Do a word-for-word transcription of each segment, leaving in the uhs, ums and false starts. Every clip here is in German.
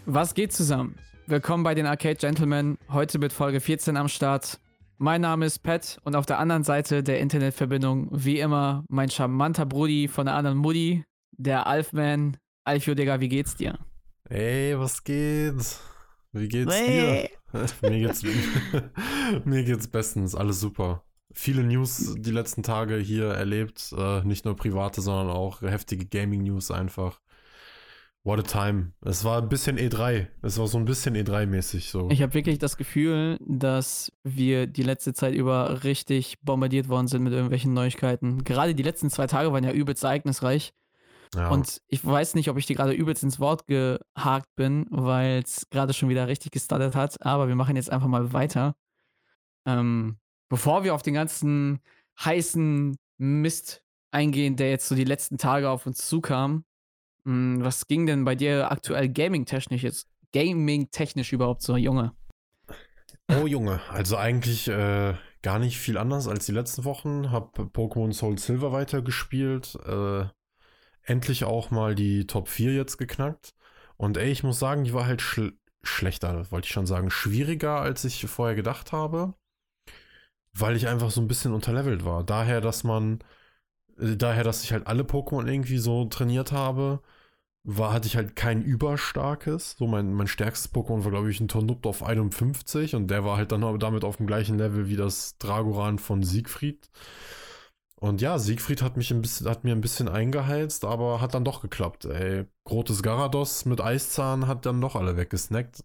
Was geht zusammen? Willkommen bei den Arcade Gentlemen, heute mit Folge vierzehn am Start. Mein Name ist Pat und auf der anderen Seite der Internetverbindung, wie immer, mein charmanter Brudi von der anderen Mutti, der Alfman. Alfio, Digga, wie geht's dir? Ey, was geht? Wie geht's Hey. dir? mir geht's mir geht's bestens, alles super. Viele News die letzten Tage hier erlebt, äh, nicht nur private, sondern auch heftige Gaming-News einfach. What a time. Es war ein bisschen E drei. Es war so ein bisschen E drei-mäßig so. Ich habe wirklich das Gefühl, dass wir die letzte Zeit über richtig bombardiert worden sind mit irgendwelchen Neuigkeiten. Gerade die letzten zwei Tage waren ja übelst ereignisreich. Ja. Und ich weiß nicht, ob ich dir gerade übelst ins Wort gehakt bin, weil es gerade schon wieder richtig gestartet hat. Aber wir machen jetzt einfach mal weiter. Ähm, bevor wir auf den ganzen heißen Mist eingehen, der jetzt so die letzten Tage auf uns zukam. Mh, was ging denn bei dir aktuell gaming-technisch jetzt? Gaming-technisch überhaupt so, Junge? Oh Junge, also eigentlich äh, gar nicht viel anders als die letzten Wochen. Hab Pokémon Soul Silver weitergespielt. Äh, endlich auch mal die Top vier jetzt geknackt. Und ey, ich muss sagen, die war halt schl schlechter, wollte ich schon sagen, schwieriger, als ich vorher gedacht habe. Weil ich einfach so ein bisschen unterlevelt war. Daher, dass man, äh, daher, dass ich halt alle Pokémon irgendwie so trainiert habe, war, hatte ich halt kein überstarkes. So mein, mein stärkstes Pokémon war, glaube ich, ein Tornupt auf einundfünfzig und der war halt dann aber damit auf dem gleichen Level wie das Dragoran von Siegfried. Und ja, Siegfried hat mich ein bisschen, hat mir ein bisschen eingeheizt, aber hat dann doch geklappt, ey. Grotes Garados mit Eiszahn hat dann doch alle weggesnackt.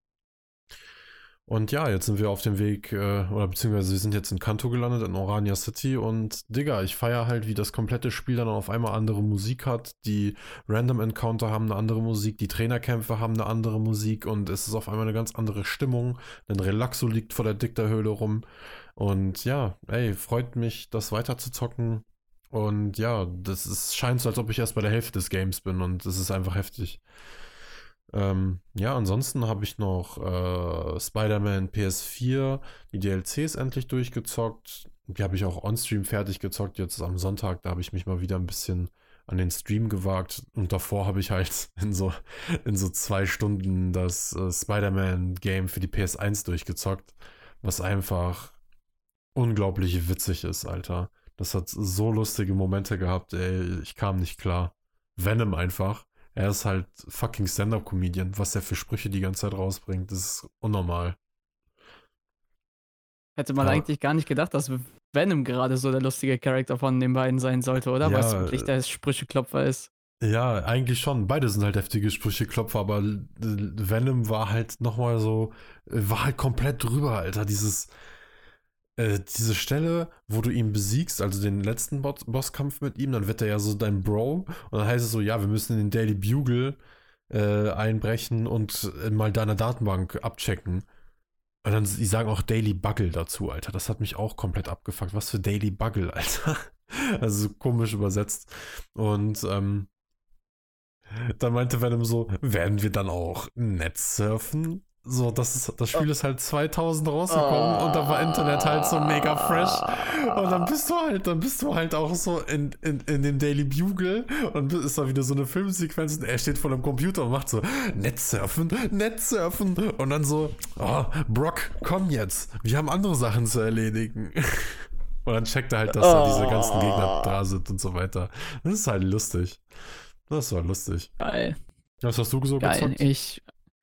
Und ja, jetzt sind wir auf dem Weg, äh, oder beziehungsweise wir sind jetzt in Kanto gelandet, in Orania City und Digga, ich feiere halt, wie das komplette Spiel dann auf einmal andere Musik hat. Die Random Encounter haben eine andere Musik, die Trainerkämpfe haben eine andere Musik und es ist auf einmal eine ganz andere Stimmung. Denn Relaxo liegt vor der Dicta-Höhle rum und ja, ey, freut mich, das weiter zu zocken. Und ja, das ist, scheint so, als ob ich erst bei der Hälfte des Games bin und es ist einfach heftig. Ähm, ja, ansonsten habe ich noch äh, Spider-Man P S vier, die D L Cs endlich durchgezockt. Die habe ich auch on-stream fertig gezockt, jetzt am Sonntag, da habe ich mich mal wieder ein bisschen an den Stream gewagt. Und davor habe ich halt in so, in so zwei Stunden das äh, Spider-Man-Game für die P S eins durchgezockt, was einfach unglaublich witzig ist, Alter. Das hat so lustige Momente gehabt, ey, ich kam nicht klar. Venom einfach. Er ist halt fucking Stand-Up-Comedian, was er für Sprüche die ganze Zeit rausbringt. Das ist unnormal. Hätte man Aber, eigentlich gar nicht gedacht, dass Venom gerade so der lustige Charakter von den beiden sein sollte, oder? Weil es ja, wirklich der Sprücheklopfer ist. ja, eigentlich schon. Beide sind halt heftige Sprücheklopfer, aber äh, Venom war halt nochmal so, äh, war halt komplett drüber, Alter. Dieses, äh, diese Stelle, wo du ihn besiegst, also den letzten Bo Bosskampf mit ihm, dann wird er ja so dein Bro und dann heißt es so, ja, wir müssen in den Daily Bugle äh, einbrechen und äh, mal deine Datenbank abchecken. Und dann, die sagen auch Daily Bugle dazu, Alter. Das hat mich auch komplett abgefuckt. Was für Daily Bugle, Alter. Also so komisch übersetzt. Und ähm, dann meinte Venom so, werden wir dann auch Netz surfen? So, das, ist, das Spiel ist halt zweitausend rausgekommen und da war Internet halt so mega fresh. Und dann bist du halt, dann bist du halt auch so in, in, in dem Daily Bugle und ist da wieder so eine Filmsequenz und er steht vor dem Computer und macht so, Netzsurfen, Netzsurfen. Und dann so, oh, Brock, komm jetzt, wir haben andere Sachen zu erledigen. Und dann checkt er halt, dass da diese ganzen Gegner da sind und so weiter. Das ist halt lustig. Das war lustig. Geil. Was hast du so Geil. gezockt? Ich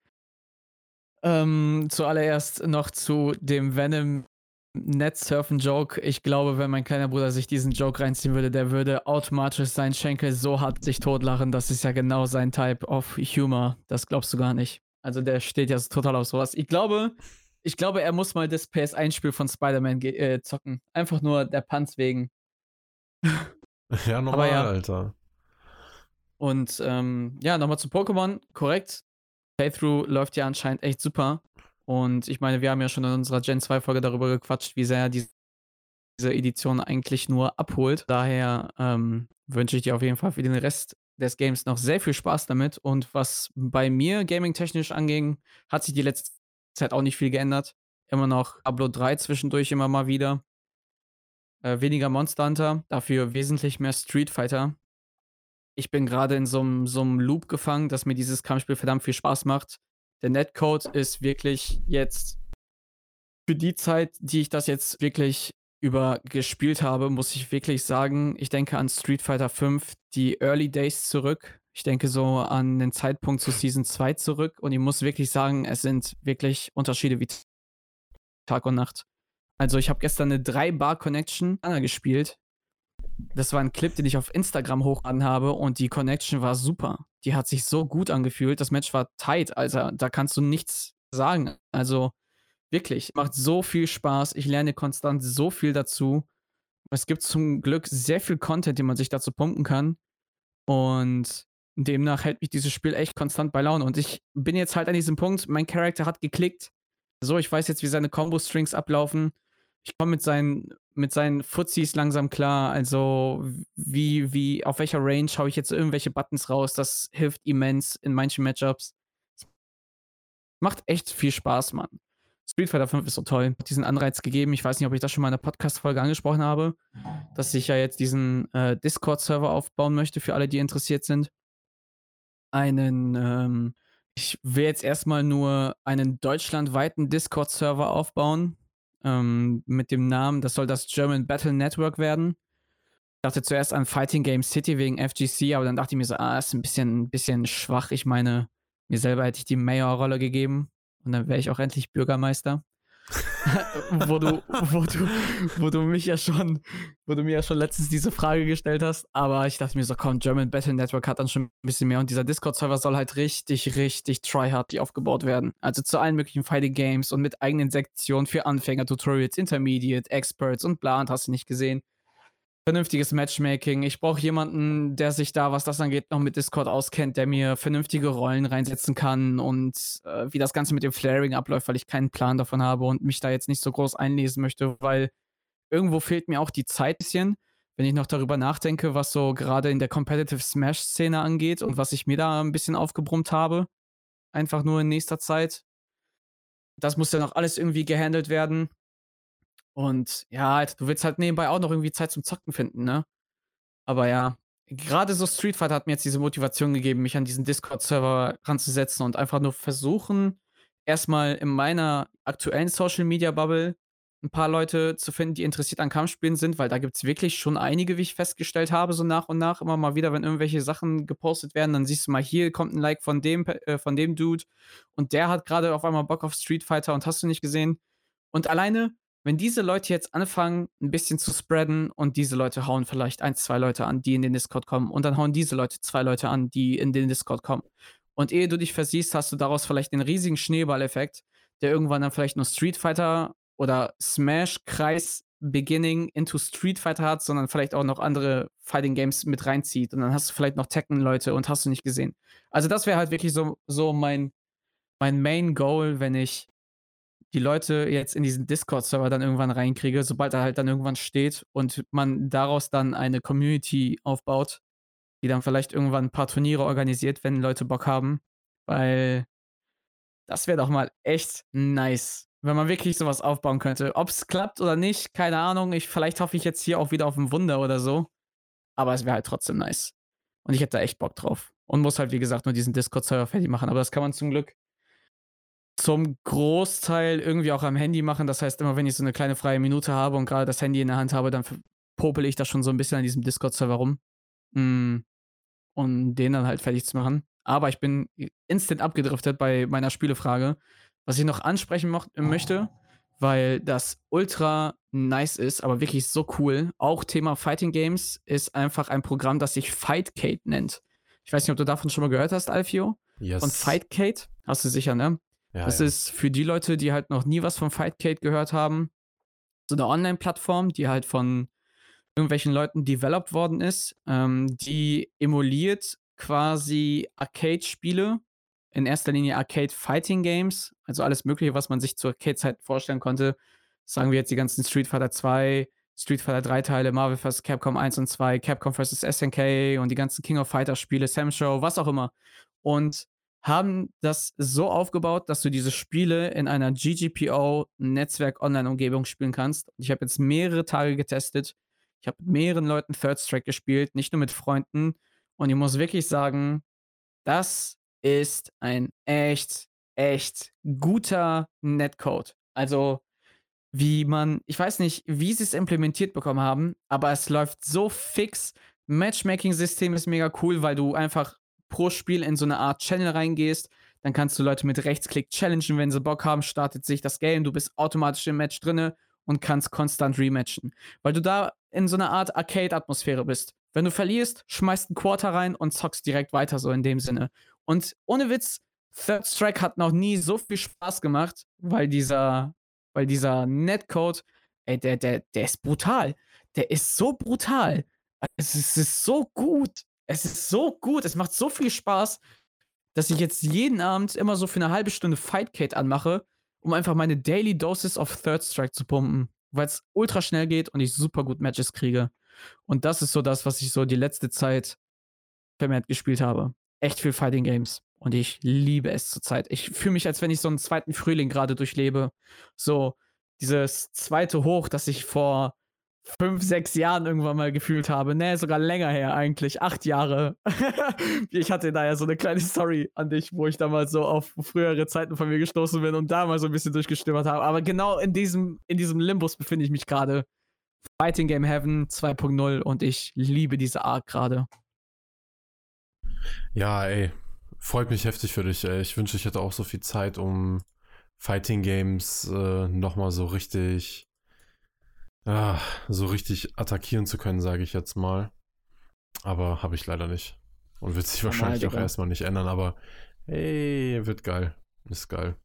ähm, zuallererst noch zu dem Venom Netsurfen-Joke. Ich glaube, wenn mein kleiner Bruder sich diesen Joke reinziehen würde, der würde automatisch seinen Schenkel so hart sich totlachen. Das ist ja genau sein Type of Humor. Das glaubst du gar nicht. Also der steht ja total auf sowas. Ich glaube, ich glaube, er muss mal das P S eins Spiel von Spider-Man äh, zocken. Einfach nur der Panz wegen. Ja, normal, Aber ja. Alter. Und ähm, ja, nochmal zu Pokémon. Korrekt. Playthrough läuft ja anscheinend echt super. Und ich meine, wir haben ja schon in unserer Gen zwei Folge darüber gequatscht, wie sehr die, diese Edition eigentlich nur abholt. Daher ähm, wünsche ich dir auf jeden Fall für den Rest des Games noch sehr viel Spaß damit. Und was bei mir gaming-technisch anging, hat sich die letzte Zeit auch nicht viel geändert. Immer noch Diablo drei zwischendurch immer mal wieder. Äh, weniger Monster Hunter, dafür wesentlich mehr Street Fighter. Ich bin gerade in so einem so einem Loop gefangen, dass mir dieses Kampfspiel verdammt viel Spaß macht. Der Netcode ist wirklich jetzt für die Zeit, die ich das jetzt wirklich über gespielt habe, muss ich wirklich sagen, ich denke an Street Fighter fünf, die Early Days zurück. Ich denke so an den Zeitpunkt zu Season zwei zurück und ich muss wirklich sagen, es sind wirklich Unterschiede wie Tag und Nacht. Also, ich habe gestern 'ne drei Bar Connection gespielt. Das war 'n Clip, den ich auf Instagram hochgeladen habe und die Connection war super. Die hat sich so gut angefühlt. Das Match war tight, Alter. Da kannst du nichts sagen. Also, wirklich, macht so viel Spaß. Ich lerne konstant so viel dazu. Es gibt zum Glück sehr viel Content, den man sich dazu pumpen kann. Und demnach hält mich dieses Spiel echt konstant bei Laune. Und ich bin jetzt halt an diesem Punkt, mein Charakter hat geklickt. So, ich weiß jetzt, wie seine Combo-Strings ablaufen. Ich komme mit seinen mit seinen Fuzis langsam klar. Also, wie wie auf welcher Range haue ich jetzt irgendwelche Buttons raus? Das hilft immens in manchen Matchups. Macht echt viel Spaß, Mann. Street Fighter fünf ist so toll. Hat diesen Anreiz gegeben. Ich weiß nicht, ob ich das schon mal in 'ner Podcast-Folge angesprochen habe, dass ich ja jetzt diesen, äh, Discord-Server aufbauen möchte für alle, die interessiert sind. Einen, ähm ich will jetzt erst mal nur einen deutschlandweiten Discord-Server aufbauen, ähm, mit dem Namen das soll das German Battle Network werden. Dachte zuerst an Fighting Game City wegen F G C, aber dann dachte ich mir so: „Ah, ist 'n bisschen bisschen schwach.“ Ich meine, mir selber hätte ich die Mayor-Rolle gegeben und dann wäre ich auch endlich Bürgermeister. Wo du wo du wo du mich ja schon wo du mir ja schon letztens diese Frage gestellt hast. Aber ich dachte mir so: „Komm, German Battle Network hat dann schon 'n bisschen mehr.“ Und dieser Discord-Server soll halt richtig, richtig tryhard aufgebaut werden. Also, zu allen möglichen Fighting Games und mit eigenen Sektionen für Anfänger, Tutorials, Intermediate, Experts und bla und hast du nicht gesehen. Vernünftiges Matchmaking. Ich brauche jemanden, der sich da, was das angeht, noch mit Discord auskennt, der mir vernünftige Rollen reinsetzen kann und, äh, wie das Ganze mit dem Flaring abläuft, weil ich keinen Plan davon habe und mich da jetzt nicht so groß einlesen möchte, weil irgendwo fehlt mir auch die Zeit bisschen, wenn ich noch darüber nachdenke, was so grade in der Competitive Smash-Szene angeht und was ich mir da 'n bisschen aufgebrummt habe, einfach nur in nächster Zeit. Das muss ja noch alles irgendwie gehandelt werden. Und ja, halt, du willst halt nebenbei auch noch irgendwie Zeit zum Zocken finden, ne? Aber ja, grade so Street Fighter hat mir jetzt diese Motivation gegeben, mich an diesen Discord-Server ranzusetzen und einfach nur versuchen, erst mal in meiner aktuellen Social-Media-Bubble 'n paar Leute zu finden, die interessiert an Kampfspielen sind, weil da gibt's wirklich schon einige, wie ich festgestellt habe, so nach und nach immer mal wieder, wenn irgendwelche Sachen gepostet werden, dann siehst du mal, hier kommt 'n Like von dem Pe äh, von dem Dude und der hat grade auf einmal Bock auf Street Fighter und hast du nicht gesehen. Und alleine, wenn diese Leute jetzt anfangen, 'n bisschen zu spreaden und diese Leute hauen vielleicht eins, zwei Leute an, die in den Discord kommen und dann hauen diese Leute zwei Leute an, die in den Discord kommen. Und ehe du dich versiehst, hast du daraus vielleicht den riesigen Schneeballeffekt, der irgendwann dann vielleicht nur Street Fighter oder Smash-Kreis Beginning into Street Fighter hat, sondern vielleicht auch noch andere Fighting Games mit reinzieht. Und dann hast du vielleicht noch Tekken-Leute und hast du nicht gesehen. Also, das wäre halt wirklich so so mein mein Main Goal, wenn ich die Leute jetzt in diesen Discord-Server dann irgendwann reinkriege, sobald er halt dann irgendwann steht und man daraus dann eine Community aufbaut, die dann vielleicht irgendwann 'n paar Turniere organisiert, wenn Leute Bock haben, weil das wäre doch mal echt nice, wenn man wirklich so was aufbauen könnte. Ob's klappt oder nicht, keine Ahnung. Ich vielleicht hoffe ich jetzt hier auch wieder auf 'n Wunder oder so, aber es wäre halt trotzdem nice. Und ich hätte da echt Bock drauf und muss halt, wie gesagt, nur diesen Discord-Server fertig machen, aber das kann man zum Glück zum Großteil irgendwie auch am Handy machen. Das heißt, immer wenn ich so 'ne kleine freie Minute habe und grade das Handy in der Hand habe, dann f popele ich da schon so 'n bisschen an diesem Discord-Server rum, hm, um den dann halt fertig zu machen. Aber ich bin i instant abgedriftet bei meiner Spielefrage, was ich noch ansprechen mocht möchte, weil das ultra nice ist, aber wirklich so cool. Auch Thema Fighting Games ist einfach ein Programm, das sich Fightcade nennt. Ich weiß nicht, ob du davon schon mal gehört hast, Alfio? Von Yes. Fightcade? Hast du sicher, ne? Ja, Das ja. ist für die Leute, die halt noch nie was von Fightcade gehört haben, so 'ne Online-Plattform, die halt von irgendwelchen Leuten developed worden ist. Ähm, die emuliert quasi Arcade-Spiele, in erster Linie Arcade-Fighting-Games, also alles Mögliche, was man sich zur Arcade-Zeit vorstellen konnte. Sagen wir jetzt die ganzen Street Fighter zwei, Street Fighter drei Teile, Marvel versus. Capcom eins und zwei, Capcom versus. S N K und die ganzen King of Fighters-Spiele, Sam Show, was auch immer. Und haben das so aufgebaut, dass du diese Spiele in einer G G P O-Netzwerk-Online-Umgebung spielen kannst. Ich habe jetzt mehrere Tage getestet. Ich habe mit mehreren Leuten Third Strike gespielt, nicht nur mit Freunden. Und ich muss wirklich sagen, das ist ein echt echt guter Netcode. Also, wie man ich weiß nicht, wie sie es implementiert bekommen haben, aber es läuft so fix. Matchmaking-System ist mega cool, weil du einfach pro Spiel in so eine Art Channel reingehst. Dann kannst du Leute mit Rechtsklick challengen, wenn sie Bock haben, startet sich das Game, du bist automatisch im Match drinne und kannst konstant rematchen. Weil du da in so einer Art Arcade-Atmosphäre bist. Wenn du verlierst, schmeißt ein Quarter rein und zockst direkt weiter, so in dem Sinne. Und ohne Witz, Third Strike hat noch nie so viel Spaß gemacht, weil dieser weil dieser Netcode, ey, der der der ist brutal. Der ist so brutal. Es ist es ist so gut. Es ist so gut. Es macht so viel Spaß, dass ich jetzt jeden Abend immer so für eine halbe Stunde Fightcade anmache, um einfach meine Daily Doses of Third Strike zu pumpen, weil es ultra schnell geht und ich super gut Matches kriege. Und das ist so das, was ich so die letzte Zeit vermehrt gespielt habe. Echt viel Fighting Games. Und ich liebe es zurzeit. Ich fühle mich, als wenn ich so einen zweiten Frühling gerade durchlebe. So dieses zweite Hoch, das ich vor fünf, sechs Jahren irgendwann mal gefühlt habe. Ne, sogar länger her eigentlich. Acht Jahre. Ich hatte da ja so eine kleine Story an dich, wo ich damals so auf frühere Zeiten von mir gestoßen bin und da mal so ein bisschen durchgestöbert habe. Aber genau in diesem, in diesem Limbus befinde ich mich gerade. Fighting Game Heaven zwei Punkt null und ich liebe diese Art gerade. Ja, ey, freut mich heftig für dich, ey. Ich wünsche, ich hätte auch so viel Zeit, um Fighting Games äh, nochmal so richtig, ah, so richtig attackieren zu können, sage ich jetzt mal. Aber habe ich leider nicht. Und wird sich Normal, wahrscheinlich auch Digga. erstmal nicht ändern, aber ey, wird geil. Ist geil.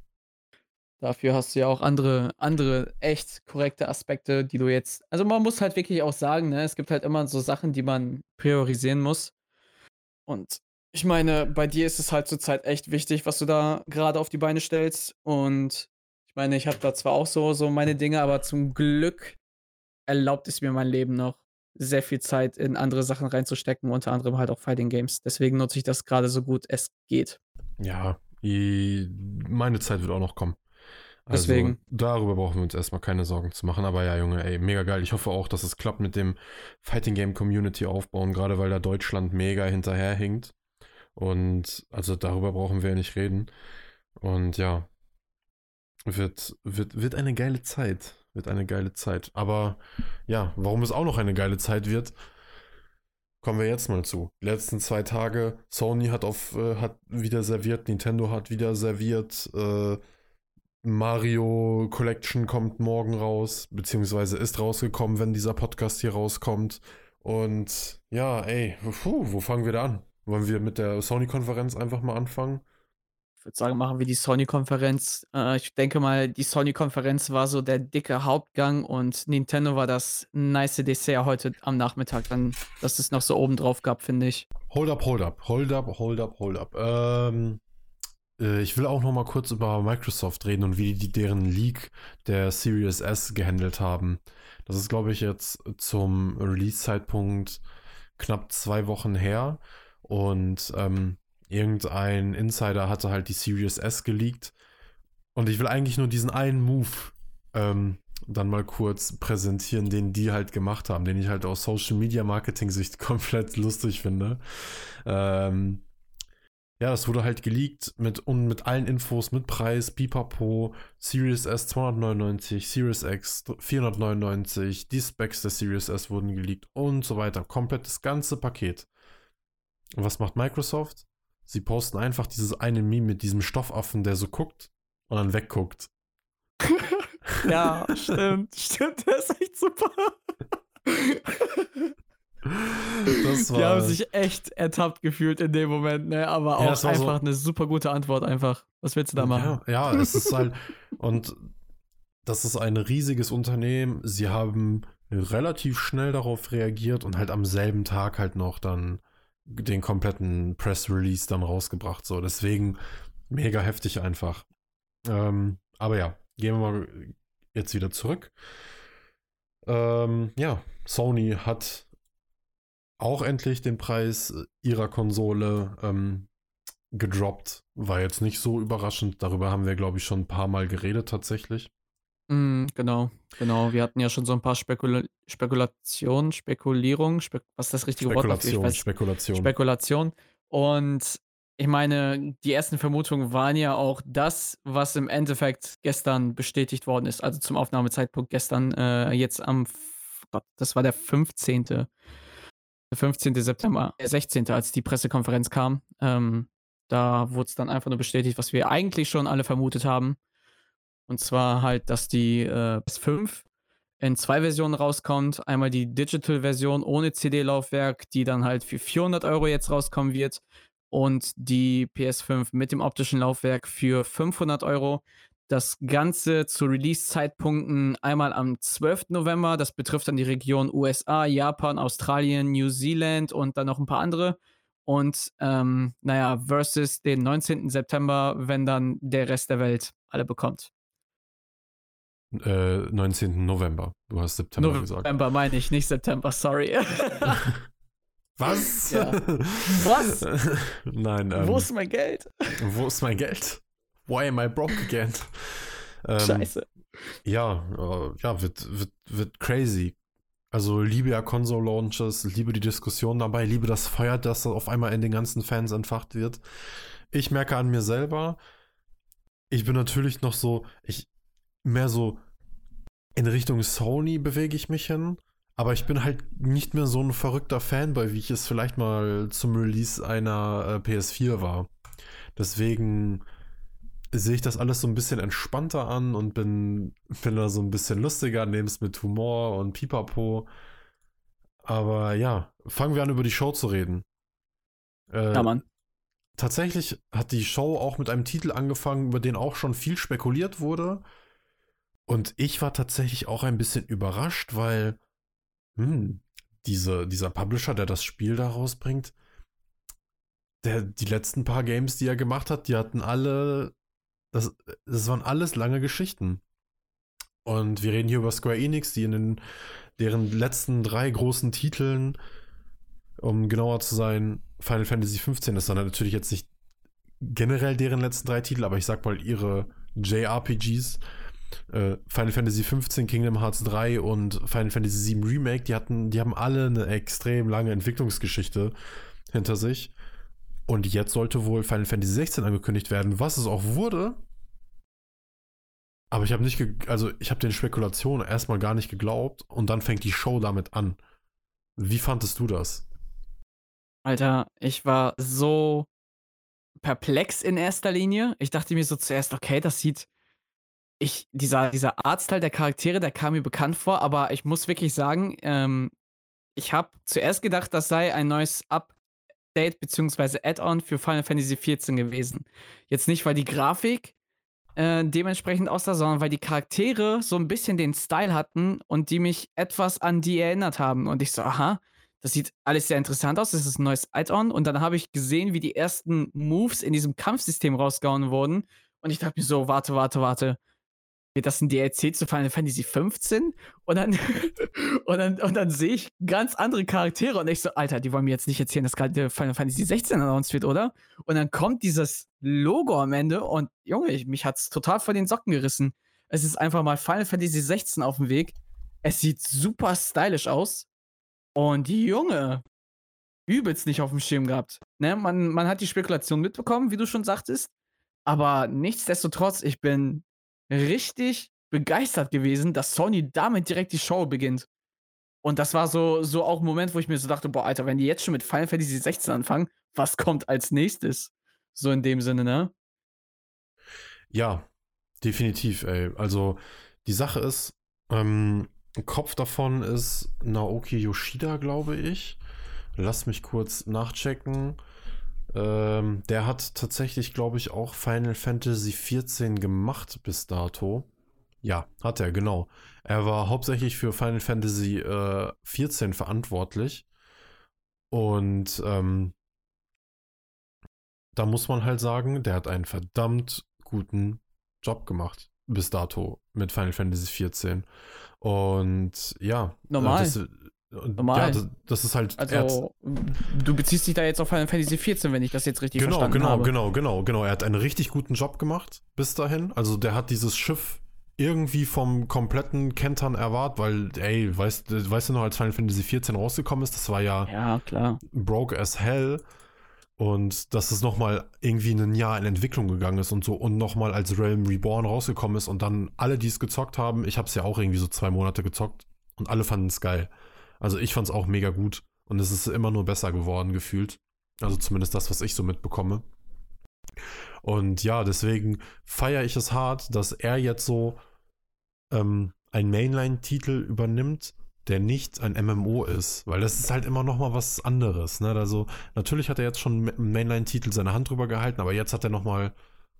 Dafür hast du ja auch andere andere echt korrekte Aspekte, die du jetzt also, man muss halt wirklich auch sagen, ne, es gibt halt immer so Sachen, die man priorisieren muss. Und ich meine, bei dir ist es halt zurzeit echt wichtig, was du da gerade auf die Beine stellst. Und ich meine, ich habe da zwar auch so so meine Dinge, aber zum Glück erlaubt es mir mein Leben noch, sehr viel Zeit in andere Sachen reinzustecken, unter anderem halt auch Fighting Games. Deswegen nutze ich das gerade so gut es geht. Ja, i- meine Zeit wird auch noch kommen. Also Deswegen. darüber brauchen wir uns erstmal keine Sorgen zu machen. Aber ja, Junge, ey, mega geil. Ich hoffe auch, dass es klappt mit dem Fighting Game Community aufbauen, gerade weil da Deutschland mega hinterherhinkt. Und also darüber brauchen wir ja nicht reden. Und ja, wird, wird, wird eine geile Zeit. Wird eine geile Zeit. Aber ja, warum es auch noch eine geile Zeit wird, kommen wir jetzt mal zu. Die letzten zwei Tage, Sony hat auf, äh, hat wieder serviert, Nintendo hat wieder serviert, äh, Mario Collection kommt morgen raus, beziehungsweise ist rausgekommen, wenn dieser Podcast hier rauskommt. Und ja, ey, puh, wo fangen wir da an? Wollen wir mit der Sony-Konferenz einfach mal anfangen? Ich würde sagen, machen wir die Sony-Konferenz. Äh, ich denke mal, die Sony-Konferenz war so der dicke Hauptgang und Nintendo war das nice Dessert heute am Nachmittag dann, dass es noch so oben drauf gab, finde ich. Hold up, hold up, hold up, hold up, hold up. Ähm, äh, ich will auch noch mal kurz über Microsoft reden und wie die deren Leak der Series S gehandelt haben. Das ist, glaube ich, jetzt zum Release-Zeitpunkt knapp zwei Wochen her und ähm, irgendein Insider hatte halt die Series S geleakt und ich will eigentlich nur diesen einen Move ähm, dann mal kurz präsentieren, den die halt gemacht haben, den ich halt aus Social Media Marketing Sicht komplett lustig finde. Ähm, ja, das wurde halt geleakt mit, und mit allen Infos, mit Preis, Pipapo, Series S zweihundertneunundneunzig, Series X vierhundertneunundneunzig, die Specs der Series S wurden geleakt und so weiter. Komplett das ganze Paket. Und was macht Microsoft? Sie posten einfach dieses eine Meme mit diesem Stoffaffen, der so guckt und dann wegguckt. Ja, stimmt, stimmt, der ist echt super. Das Die haben war, sich echt ertappt gefühlt in dem Moment, ne? Aber Ja, auch das war so- einfach eine super gute Antwort einfach. Was willst du da machen? ja, ja, es ist halt, und das ist ein riesiges Unternehmen. Sie haben relativ schnell darauf reagiert und halt am selben Tag halt noch dann den kompletten Press Release dann rausgebracht. So, deswegen mega heftig einfach. Ähm, aber ja, gehen wir mal jetzt wieder zurück. Ähm, ja, Sony hat auch endlich den Preis ihrer Konsole ähm, gedroppt. War jetzt nicht so überraschend. Darüber haben wir, glaube ich, schon ein paar Mal geredet tatsächlich. Mhm, genau, genau. Wir hatten ja schon so ein paar Spekula Spekulationen, Spekulierungen, Spek was ist das richtige Wort dafür? Ich Spekulation, weiß Spekulation. Spekulation. Und ich meine, die ersten Vermutungen waren ja auch das, was im Endeffekt gestern bestätigt worden ist. Also zum Aufnahmezeitpunkt gestern, äh, jetzt am, F Gott, das war der fünfzehnte Der fünfzehnte September, der sechzehnte, als die Pressekonferenz kam. Ähm, da wurde es dann einfach nur bestätigt, was wir eigentlich schon alle vermutet haben. Und zwar halt, dass die äh, P S fünf in zwei Versionen rauskommt. Einmal die Digital-Version ohne C D-Laufwerk, die dann halt für vierhundert Euro jetzt rauskommen wird. Und die P S fünf mit dem optischen Laufwerk für fünfhundert Euro. Das Ganze zu Release-Zeitpunkten einmal am zwölften November. Das betrifft dann die Region U S A, Japan, Australien, New Zealand und dann noch ein paar andere. Und ähm, naja, versus den neunzehnten September, wenn dann der Rest der Welt alle bekommt. Äh, neunzehnten November. Du hast September November gesagt. November meine ich, nicht September, sorry. Was? Ja. Was? Nein. Ähm, Wo ist mein Geld? Wo ist mein Geld? Why am I broke again? ähm, Scheiße. Ja, äh, ja, wird, wird, wird crazy. Also liebe ja Console-Launches, liebe die Diskussion dabei, liebe das Feuer, das auf einmal in den ganzen Fans entfacht wird. Ich merke an mir selber, ich bin natürlich noch so, ich mehr so in Richtung Sony bewege ich mich hin, aber ich bin halt nicht mehr so ein verrückter Fanboy, wie ich es vielleicht mal zum Release einer äh, P S vier war. Deswegen sehe ich das alles so ein bisschen entspannter an und bin, bin da so ein bisschen lustiger, nehme es mit Humor und Pipapo. Aber ja, fangen wir an, über die Show zu reden. Äh, Ja, Mann. Tatsächlich hat die Show auch mit einem Titel angefangen, über den auch schon viel spekuliert wurde. Und ich war tatsächlich auch ein bisschen überrascht, weil hm, diese, dieser Publisher, der das Spiel da rausbringt, der, die letzten paar Games, die er gemacht hat, die hatten alle, das, das waren alles lange Geschichten. Und wir reden hier über Square Enix, die in den, deren letzten drei großen Titeln, um genauer zu sein, Final Fantasy fünfzehn ist dann natürlich jetzt nicht generell deren letzten drei Titel, aber ich sag mal ihre J R P Gs, äh, Final Fantasy fünfzehn, Kingdom Hearts drei und Final Fantasy sieben Remake, die hatten, die haben alle eine extrem lange Entwicklungsgeschichte hinter sich. Und jetzt sollte wohl Final Fantasy sechzehn angekündigt werden, was es auch wurde. Aber ich habe nicht, ge- also ich habe den Spekulationen erstmal gar nicht geglaubt und dann fängt die Show damit an. Wie fandest du das? Alter, ich war so perplex in erster Linie. Ich dachte mir so zuerst, okay, das sieht. Ich, dieser, dieser Artstyle der Charaktere, der kam mir bekannt vor, aber ich muss wirklich sagen, ähm, ich habe zuerst gedacht, das sei ein neues Update bzw. Add-on für Final Fantasy vierzehn gewesen. Jetzt nicht, weil die Grafik äh, dementsprechend aussah, sondern weil die Charaktere so ein bisschen den Style hatten und die mich etwas an die erinnert haben. Und ich so, aha, das sieht alles sehr interessant aus, das ist ein neues Add-on. Und dann habe ich gesehen, wie die ersten Moves in diesem Kampfsystem rausgehauen wurden. Und ich dachte mir so, warte, warte, warte. Wird das ein D L C zu Final Fantasy fünfzehn? Und dann, und dann, und dann sehe ich ganz andere Charaktere und ich so, Alter, die wollen mir jetzt nicht erzählen, dass gerade Final Fantasy sechzehn announced wird, oder? Und dann kommt dieses Logo am Ende und Junge, ich, mich hat's total von den Socken gerissen. Es ist einfach mal Final Fantasy sechzehn auf dem Weg. Es sieht super stylisch aus. Und Junge, übelst nicht auf dem Schirm gehabt. Ne? Man, man hat die Spekulation mitbekommen, wie du schon sagtest. Aber nichtsdestotrotz, ich bin richtig begeistert gewesen, dass Sony damit direkt die Show beginnt. Und das war so, so auch ein Moment, wo ich mir so dachte, boah, Alter, wenn die jetzt schon mit Final Fantasy sechzehn anfangen, was kommt als nächstes? So in dem Sinne, ne? Ja, definitiv, ey. Also, die Sache ist, ähm, Kopf davon ist Naoki Yoshida, glaube ich. Lass mich kurz nachchecken. Ähm, der hat tatsächlich, glaube ich, auch Final Fantasy vierzehn gemacht bis dato. Ja, hat er, genau. Er war hauptsächlich für Final Fantasy äh, vierzehn verantwortlich. Und ähm, da muss man halt sagen, der hat einen verdammt guten Job gemacht bis dato mit Final Fantasy vierzehn. Und ja, Normal. Das, Normal. Ja, das, das ist halt. Also, du beziehst dich da jetzt auf Final Fantasy vierzehn, wenn ich das jetzt richtig genau, verstanden genau, habe. Genau, genau, genau, genau. Er hat einen richtig guten Job gemacht bis dahin. Also der hat dieses Schiff irgendwie vom kompletten Kentern erwartet, weil, ey, weißt, weißt du noch, als Final Fantasy vierzehn rausgekommen ist, das war ja, Ja, klar. broke as hell. Und dass es nochmal irgendwie ein Jahr in Entwicklung gegangen ist und so und nochmal als Realm Reborn rausgekommen ist und dann alle, die es gezockt haben, ich habe es ja auch irgendwie so zwei Monate gezockt und alle fanden es geil. Also ich fand es auch mega gut und es ist immer nur besser geworden gefühlt. Also zumindest das, was ich so mitbekomme. Und ja, deswegen feiere ich es hart, dass er jetzt so ähm, einen Mainline-Titel übernimmt, der nicht ein M M O ist, weil das ist halt immer noch mal was anderes, ne? Also natürlich hat er jetzt schon mit einem Mainline-Titel seine Hand drüber gehalten, aber jetzt hat er noch mal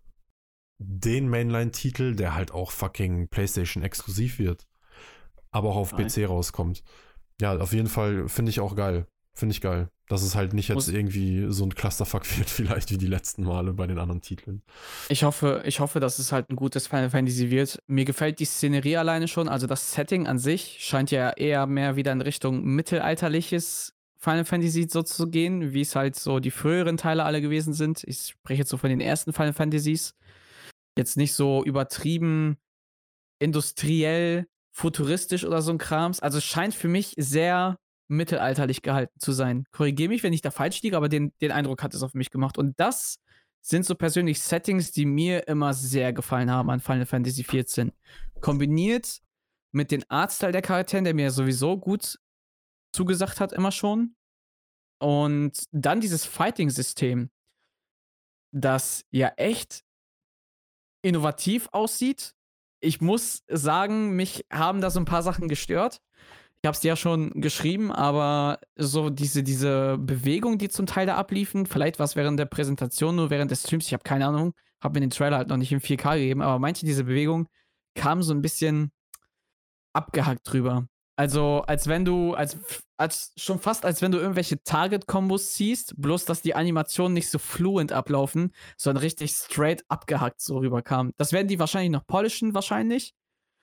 den Mainline-Titel, der halt auch fucking PlayStation exklusiv wird, aber auch auf Geil. P C rauskommt. Ja, auf jeden Fall finde ich auch geil. Finde ich geil. Dass es halt nicht jetzt Muss- irgendwie so ein Clusterfuck wird, vielleicht wie die letzten Male bei den anderen Titeln. Ich hoffe, ich hoffe, dass es halt ein gutes Final Fantasy wird. Mir gefällt die Szenerie alleine schon, also das Setting an sich scheint ja eher mehr wieder in Richtung mittelalterliches Final Fantasy so zu gehen, wie es halt so die früheren Teile alle gewesen sind. Ich spreche jetzt so von den ersten Final Fantasies. Jetzt nicht so übertrieben industriell, futuristisch oder so ein Krams. Also es scheint für mich sehr mittelalterlich gehalten zu sein. Korrigiere mich, wenn ich da falsch liege, aber den, den Eindruck hat es auf mich gemacht. Und das sind so persönlich Settings, die mir immer sehr gefallen haben an Final Fantasy vierzehn. Kombiniert mit dem Artstyle der Charaktere, der mir sowieso gut zugesagt hat, immer schon. Und dann dieses Fighting-System, das ja echt innovativ aussieht. Ich muss sagen, mich haben da so ein paar Sachen gestört. Ich habe es dir ja schon geschrieben, aber so diese, diese Bewegung, die zum Teil da abliefen, vielleicht war es während der Präsentation, nur während des Streams, ich habe keine Ahnung, habe mir den Trailer halt noch nicht in vier K gegeben, aber manche dieser Bewegungen kamen so ein bisschen abgehackt drüber. Also, als wenn du, als, als schon fast, als wenn du irgendwelche Target-Kombos ziehst, bloß dass die Animationen nicht so fluent ablaufen, sondern richtig straight abgehackt so rüberkam. Das werden die wahrscheinlich noch polischen, wahrscheinlich.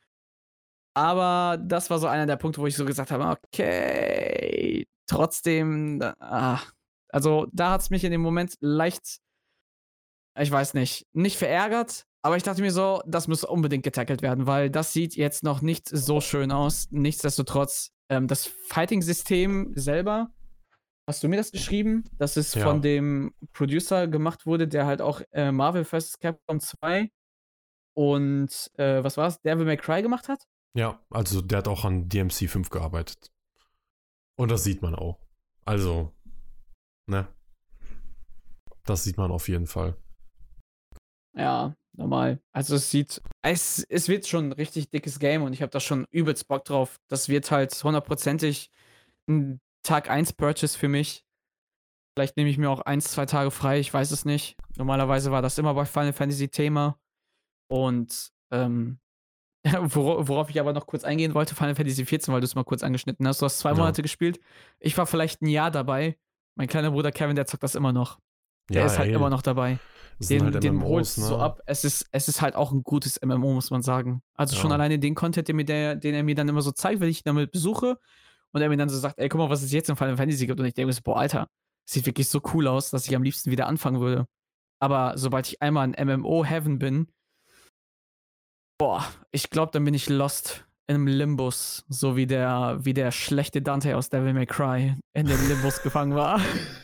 Aber das war so einer der Punkte, wo ich so gesagt habe, okay, trotzdem, ah, also da hat es mich in dem Moment leicht, ich weiß nicht, nicht verärgert, aber ich dachte mir so, das muss unbedingt getackelt werden, weil das sieht jetzt noch nicht so schön aus. Nichtsdestotrotz, ähm, das Fighting-System selber, hast du mir das geschrieben, dass es Ja. von dem Producer gemacht wurde, der halt auch äh, Marvel versus. Capcom zwei und äh, was war's, Devil May Cry gemacht hat? Ja, also der hat auch an D M C fünf gearbeitet. Und das sieht man auch. Also, ne? Das sieht man auf jeden Fall. Ja, normal. Also es sieht, es, es wird schon ein richtig dickes Game und ich habe da schon übelst Bock drauf. Das wird halt hundertprozentig ein Tag eins Purchase für mich. Vielleicht nehme ich mir auch eins, zwei Tage frei, ich weiß es nicht. Normalerweise war das immer bei Final Fantasy Thema. Und ähm, wor worauf ich aber noch kurz eingehen wollte, Final Fantasy vierzehn, weil du es mal kurz angeschnitten hast. Du hast zwei Ja. Monate gespielt. Ich war vielleicht ein Jahr dabei. Mein kleiner Bruder Kevin, der zockt das immer noch. Der Ja, ist halt ey, immer noch dabei. das sind Den, halt den M M Os, holst du ne? so ab. Es ist, es ist halt auch ein gutes M M O, muss man sagen. Also Ja. schon alleine den Content, den, mir der, den er mir dann immer so zeigt, wenn ich ihn damit besuche und er mir dann so sagt, ey, guck mal, was es jetzt in Final Fantasy gibt. Und ich denke mir so, boah, Alter, das sieht wirklich so cool aus, dass ich am liebsten wieder anfangen würde. Aber sobald ich einmal in M M O-Heaven bin, boah, ich glaube, dann bin ich lost in einem Limbus, so wie der, wie der schlechte Dante aus Devil May Cry in dem Limbus gefangen war.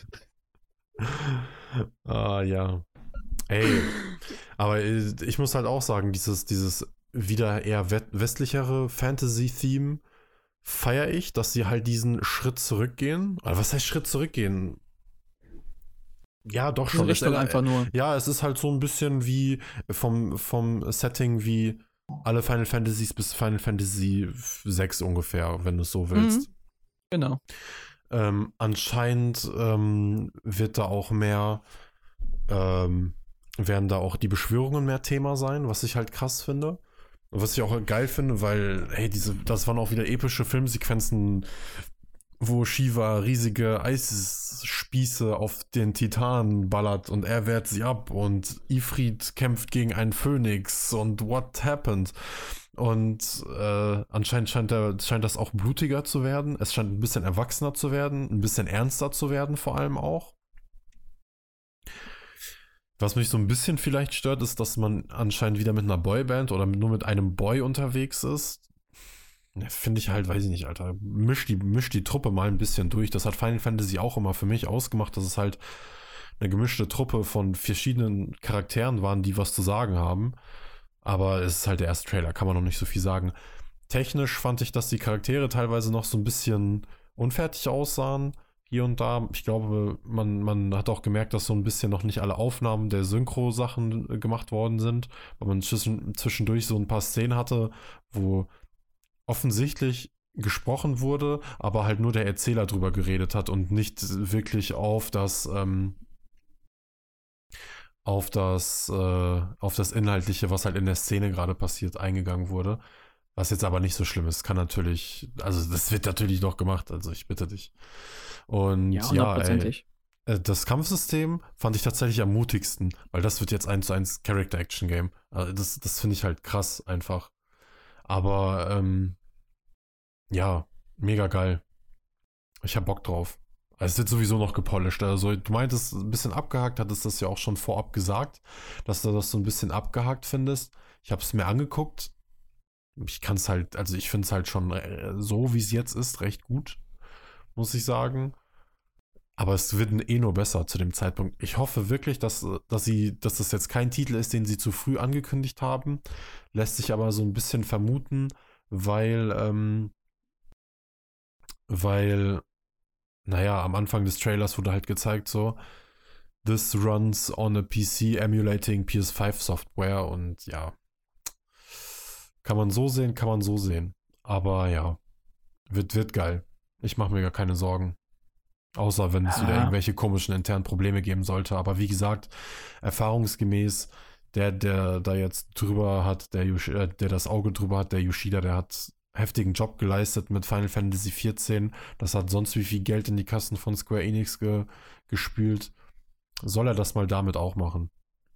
Ah, ja. Ey, aber ich muss halt auch sagen, dieses, dieses wieder eher westlichere Fantasy-Theme feiere ich, dass sie halt diesen Schritt zurückgehen. Oder was heißt Schritt zurückgehen? Ja, doch schon. Richtung Es, einfach nur. Ja, es ist halt so ein bisschen wie vom, vom Setting wie alle Final Fantasies bis Final Fantasy sechs ungefähr, wenn du es so willst. Mhm. Genau. Ähm, anscheinend ähm, wird da auch mehr, ähm, werden da auch die Beschwörungen mehr Thema sein, was ich halt krass finde. Und was ich auch geil finde, weil, hey, diese, das waren auch wieder epische Filmsequenzen, wo Shiva riesige Eisspieße auf den Titan ballert und er wehrt sie ab und Ifrit kämpft gegen einen Phönix und what happened? Und äh, anscheinend scheint, der, scheint das auch blutiger zu werden. Es scheint ein bisschen erwachsener zu werden, ein bisschen ernster zu werden vor allem auch. Was mich so ein bisschen vielleicht stört, ist, dass man anscheinend wieder mit einer Boyband oder nur mit einem Boy unterwegs ist. Ja, finde ich halt, weiß ich nicht, Alter. Misch die, misch die Truppe mal ein bisschen durch. Das hat Final Fantasy auch immer für mich ausgemacht, dass es halt eine gemischte Truppe von verschiedenen Charakteren waren, die was zu sagen haben. Aber es ist halt der erste Trailer, kann man noch nicht so viel sagen. Technisch fand ich, dass die Charaktere teilweise noch so ein bisschen unfertig aussahen. Hier und da. Ich glaube, man, man hat auch gemerkt, dass so ein bisschen noch nicht alle Aufnahmen der Synchro-Sachen gemacht worden sind, weil man zwischen, zwischendurch so ein paar Szenen hatte, wo offensichtlich gesprochen wurde, aber halt nur der Erzähler drüber geredet hat und nicht wirklich auf das ähm, auf das äh, auf das Inhaltliche, was halt in der Szene gerade passiert, eingegangen wurde. Was jetzt aber nicht so schlimm ist. Kann natürlich, also das wird natürlich noch gemacht, also ich bitte dich. Und Ja, ja, ey, hundertprozentig. äh, das Kampfsystem fand ich tatsächlich am mutigsten, weil das wird jetzt eins zu eins Character-Action-Game. Also das, das finde ich halt krass einfach. Aber ähm, ja, mega geil. Ich hab Bock drauf. Also es wird sowieso noch gepolished. Also du meintest, ein bisschen abgehakt, hattest das ja auch schon vorab gesagt, dass du das so ein bisschen abgehakt findest. Ich habe es mir angeguckt. Ich kann es halt, also ich finde es halt schon äh, so, wie es jetzt ist, recht gut, muss ich sagen. Aber es wird eh nur besser zu dem Zeitpunkt. Ich hoffe wirklich, dass, dass sie, dass das jetzt kein Titel ist, den sie zu früh angekündigt haben. Lässt sich aber so ein bisschen vermuten, weil, ähm, weil, naja, am Anfang des Trailers wurde halt gezeigt so, this runs on a P C emulating P S fünf Software und ja, kann man so sehen, kann man so sehen. Aber ja, wird, wird geil. Ich mache mir gar keine Sorgen. Außer wenn es wieder Ja, irgendwelche komischen internen Probleme geben sollte. Aber wie gesagt, erfahrungsgemäß, der, der da jetzt drüber hat, der, Yoshi, äh, der das Auge drüber hat, der Yoshida, der hat heftigen Job geleistet mit Final Fantasy vierzehn. Das hat sonst wie viel Geld in die Kassen von Square Enix ge, gespült. Soll er das mal damit auch machen?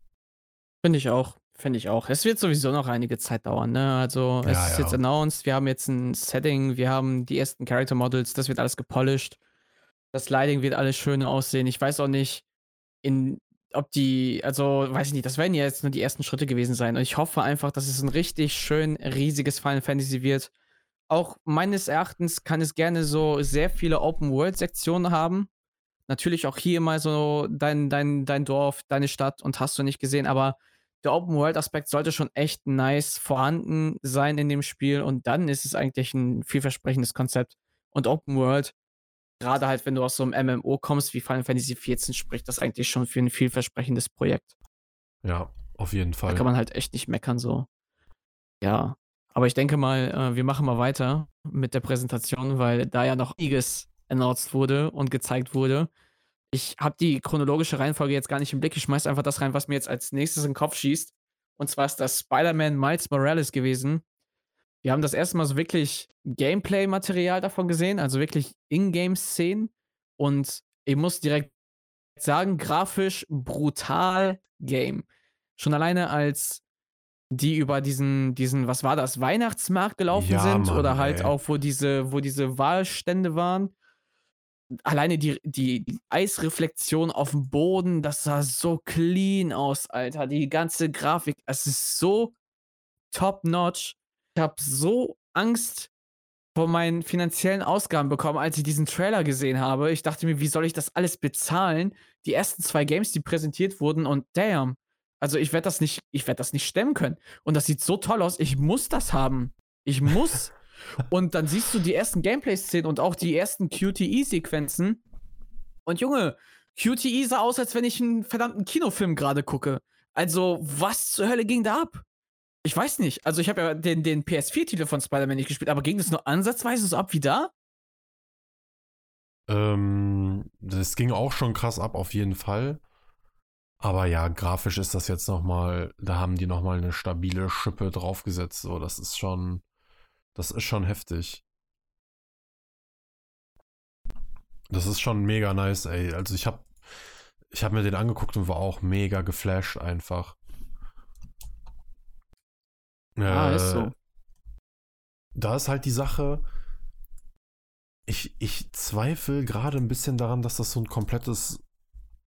finde ich auch. Finde ich auch. Es wird sowieso noch einige Zeit dauern, ne? Also, es Ja, ist jetzt ja. announced, wir haben jetzt ein Setting, wir haben die ersten Character Models, das wird alles gepolished. Das Lighting wird alles schön aussehen. Ich weiß auch nicht, in ob die also, weiß ich nicht, das werden ja jetzt nur die ersten Schritte gewesen sein. Und ich hoffe einfach, dass es ein richtig schön riesiges Final Fantasy wird. Auch meines Erachtens kann es gerne so sehr viele Open-World-Sektionen haben. Natürlich auch hier mal so dein dein dein Dorf, deine Stadt und hast du nicht gesehen, aber der Open-World-Aspekt sollte schon echt nice vorhanden sein in dem Spiel und dann ist es eigentlich ein vielversprechendes Konzept. Und Open World, gerade halt, wenn du aus so einem M M O kommst wie Final Fantasy vierzehn, spricht das eigentlich schon für ein vielversprechendes Projekt. Ja, auf jeden Da Fall. kann man halt echt nicht meckern so. Ja, aber ich denke mal, äh, wir machen mal weiter mit der Präsentation, weil da ja noch einiges announced wurde und gezeigt wurde. Ich habe die chronologische Reihenfolge jetzt gar nicht im Blick. Ich schmeiß einfach das rein, was mir jetzt als Nächstes in den Kopf schießt. Und zwar ist das Spider-Man Miles Morales gewesen. Wir haben das erste Mal so wirklich Gameplay-Material davon gesehen, also wirklich Ingame-Szenen. Und ich muss direkt sagen, grafisch brutal Game. Schon alleine als die über diesen, diesen, was war das, Weihnachtsmarkt gelaufen Ja, sind Mann, oder halt ey. auch, wo diese, wo diese Wahlstände waren. Alleine die, die, die Eisreflexion auf dem Boden, das sah so clean aus, Alter. Die ganze Grafik, es ist so top-notch. Ich habe so Angst vor meinen finanziellen Ausgaben bekommen, als ich diesen Trailer gesehen habe. Ich dachte mir, wie soll ich das alles bezahlen? Die ersten zwei Games, die präsentiert wurden und damn. Also, ich werde das nicht ich werde das nicht stemmen können. Und das sieht so toll aus. Ich muss das haben. Ich muss. Und dann siehst du die ersten Gameplay-Szenen und auch die ersten Q T E-Sequenzen. Und Junge, Q T E sah aus, als wenn ich einen verdammten Kinofilm gerade gucke. Also, was zur Hölle ging da ab? Ich weiß nicht. Also, ich habe ja den, den P S vier-Titel von Spider-Man nicht gespielt, aber ging das nur ansatzweise so ab wie da? Ähm, das ging auch schon krass ab, auf jeden Fall. Aber ja, grafisch ist das jetzt nochmal, da haben die nochmal eine stabile Schippe draufgesetzt. So, das ist schon, das ist schon heftig. Das ist schon mega nice, ey. Also ich hab, ich hab mir den angeguckt und war auch mega geflasht einfach. Ah, ist Äh, so. da ist halt die Sache, ich, ich zweifle gerade ein bisschen daran, dass das so ein komplettes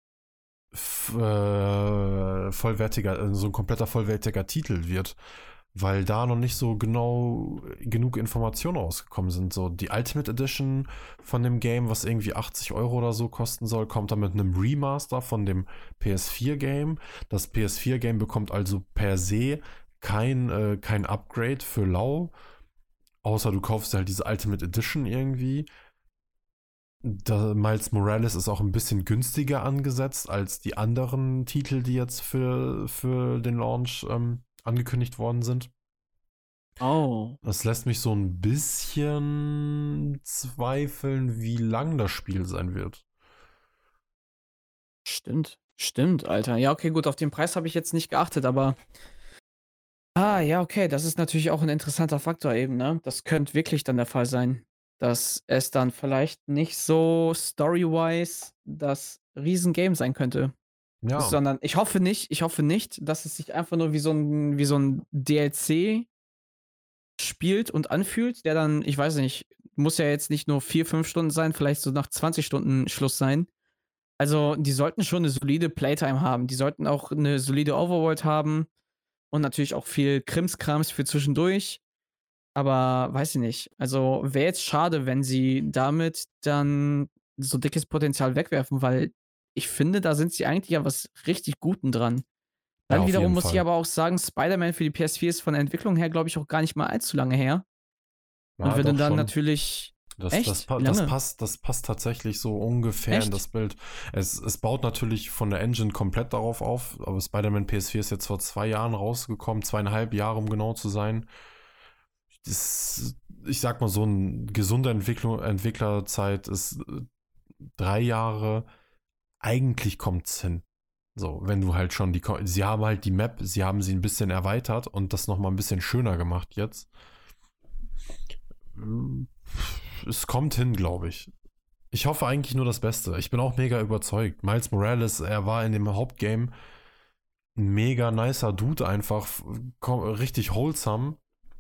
f- äh, vollwertiger, äh, so ein kompletter vollwertiger Titel wird. weil da noch nicht so genau genug Informationen rausgekommen sind. So die Ultimate Edition von dem Game, was irgendwie achtzig Euro oder so kosten soll, kommt dann mit einem Remaster von dem P S vier Game. Das P S vier Game bekommt also per se kein, äh, kein Upgrade für lau, außer du kaufst halt diese Ultimate Edition irgendwie. Da Miles Morales ist auch ein bisschen günstiger angesetzt als die anderen Titel, die jetzt für, für den Launch ähm, angekündigt worden sind. Oh, Das lässt mich so ein bisschen zweifeln, wie lang das Spiel sein wird. stimmt. Stimmt, Alter. Ja, okay, gut, auf den Preis habe ich jetzt nicht geachtet, aber ah, ja, okay, das ist natürlich auch ein interessanter Faktor eben, ne? Das könnte wirklich dann der Fall sein, dass es dann vielleicht nicht so story-wise das Riesengame sein könnte, Ja, sondern ich hoffe nicht ich hoffe nicht, dass es sich einfach nur wie so ein wie so 'n D L C spielt und anfühlt, der dann ich weiß nicht, muss ja jetzt nicht nur vier fünf Stunden sein, vielleicht so nach zwanzig Stunden Schluss sein. Also, die sollten schon 'ne solide Playtime haben. Die sollten auch 'ne solide Overworld haben und natürlich auch viel Krimskrams für zwischendurch. Aber weiß ich nicht. Also, wäre jetzt schade, wenn sie damit dann so dickes Potenzial wegwerfen, weil ich finde, da sind sie eigentlich an was richtig Guten dran. ja, Dann auf wiederum jeden muss ich Fall. aber auch sagen, Spider-Man für die P S vier ist von der Entwicklung her, glaube ich, auch gar nicht mal allzu lange her. Und Ja, wenn du doch dann schon. natürlich Das, das, echt? pa- Wie das, lange? passt, das passt tatsächlich so ungefähr in das Echt? Bild. Es, es baut natürlich von der Engine komplett darauf auf, aber Spider-Man P S vier ist jetzt vor zwei Jahren rausgekommen, zweieinhalb Jahre, um genau zu sein. Das, ich sag mal, so eine gesunde Entwicklung, Entwicklerzeit ist äh, drei Jahre. Eigentlich kommt's hin. So, wenn du halt schon die, Ko- sie haben halt die Map, sie haben sie ein bisschen erweitert und das nochmal ein bisschen schöner gemacht jetzt. Mm, Es kommt hin, glaube ich. Ich hoffe eigentlich nur das Beste. Ich bin auch mega überzeugt. Miles Morales, er war in dem Hauptgame ein mega nicer Dude einfach, f- ko- richtig wholesome.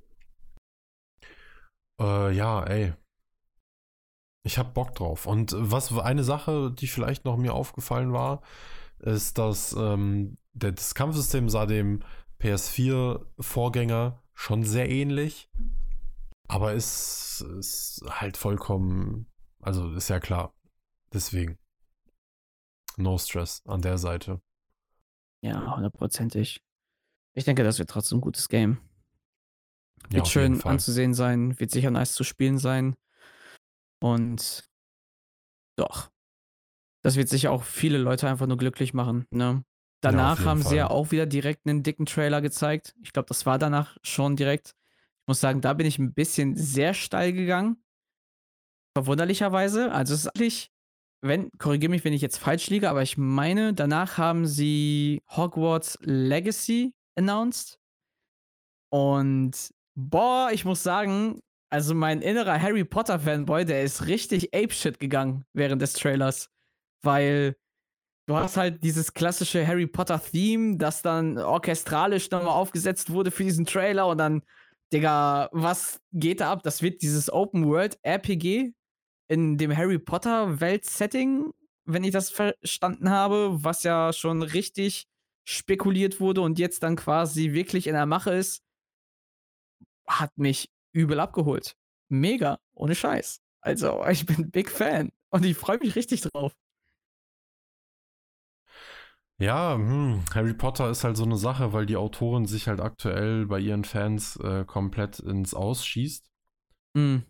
Äh, ja, ey, ich hab Bock drauf. Und was eine Sache, die vielleicht noch mir aufgefallen war, ist, dass ähm, der, das Kampfsystem sah dem P S vier Vorgänger schon sehr ähnlich, aber ist, ist halt vollkommen, also ist ja klar. Deswegen, no stress an der Seite. Ja, hundertprozentig. Ich denke, das wird trotzdem 'n gutes Game. Ja, Wird auf jeden schön Fall. anzusehen sein, wird sicher nice zu spielen sein und doch, das wird sicher auch viele Leute einfach nur glücklich machen, ne? Ja, auf Danach jeden haben sie ja Fall. auch wieder direkt 'nen dicken Trailer gezeigt. Ich glaube, das war danach schon direkt. Ich muss sagen, da bin ich 'n bisschen sehr steil gegangen, verwunderlicherweise. Also, es ist eigentlich wenn korrigiere mich, wenn ich jetzt falsch liege, aber ich meine, danach haben sie Hogwarts Legacy announced. Und boah, ich muss sagen, also mein innerer Harry Potter Fanboy, der ist richtig apeshit gegangen während des Trailers, weil du hast halt dieses klassische Harry Potter Theme, das dann orchestralisch noch mal aufgesetzt wurde für diesen Trailer und dann, Digga, was geht da ab? Das wird dieses Open World R P G in dem Harry Potter Welt-Setting, wenn ich das verstanden habe, was ja schon richtig spekuliert wurde und jetzt dann quasi wirklich in der Mache ist. Hat mich übel abgeholt. Mega, ohne Scheiß. Also, ich bin Big Fan und ich freue mich richtig drauf. Ja, hm, Harry Potter ist halt so eine Sache, weil die Autorin sich halt aktuell bei ihren Fans äh, komplett ins Ausschießt. Mhm.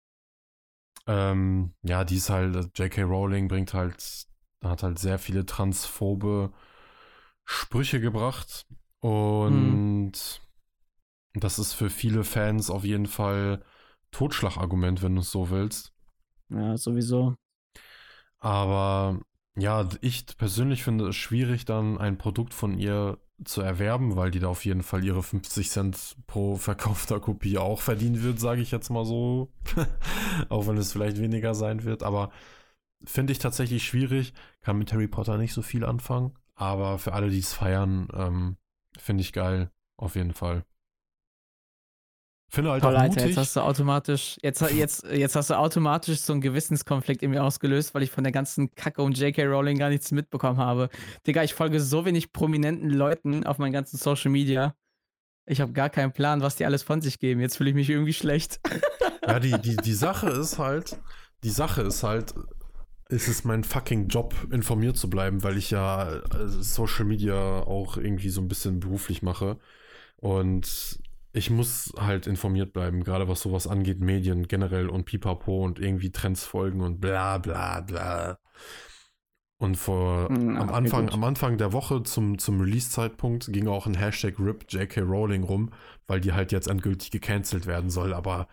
Ähm, ja, die ist halt, äh, J K. Rowling bringt halt, hat halt sehr viele transphobe Sprüche gebracht. Mhm. Und das ist für viele Fans auf jeden Fall Totschlagargument, wenn du es so willst. Ja, sowieso. Aber ja, ich persönlich finde es schwierig, dann ein Produkt von ihr zu erwerben, weil die da auf jeden Fall ihre fünfzig Cent pro verkaufter Kopie auch verdienen wird, sage ich jetzt mal so. Auch wenn es vielleicht weniger sein wird. Aber finde ich tatsächlich schwierig. Kann mit Harry Potter nicht so viel anfangen. Aber für alle, die es feiern, ähm, finde ich geil. Auf jeden Fall. Finde halt Toll, auch Alter, jetzt mutig. hast du automatisch jetzt ha jetzt jetzt hast du automatisch so 'n Gewissenskonflikt in mir ausgelöst, weil ich von der ganzen Kacke um J K. Rowling gar nichts mitbekommen habe. Digga, ich folge so wenig prominenten Leuten auf meinen ganzen Social Media. Ich habe gar keinen Plan, was die alles von sich geben. Jetzt fühle ich mich irgendwie schlecht. Ja, die, die, die Sache ist halt, die Sache ist halt, es ist mein fucking Job, informiert zu bleiben, weil ich ja äh, Social Media auch irgendwie so ein bisschen beruflich mache. Und ich muss halt informiert bleiben, gerade was sowas angeht, Medien generell und Pipapo und irgendwie Trends folgen und bla bla bla. Und vor Na, am okay, Anfang, gut. am Anfang der Woche zum, zum Release-Zeitpunkt ging auch ein Hashtag R I P J K Rowling rum, weil die halt jetzt endgültig gecancelt werden soll, aber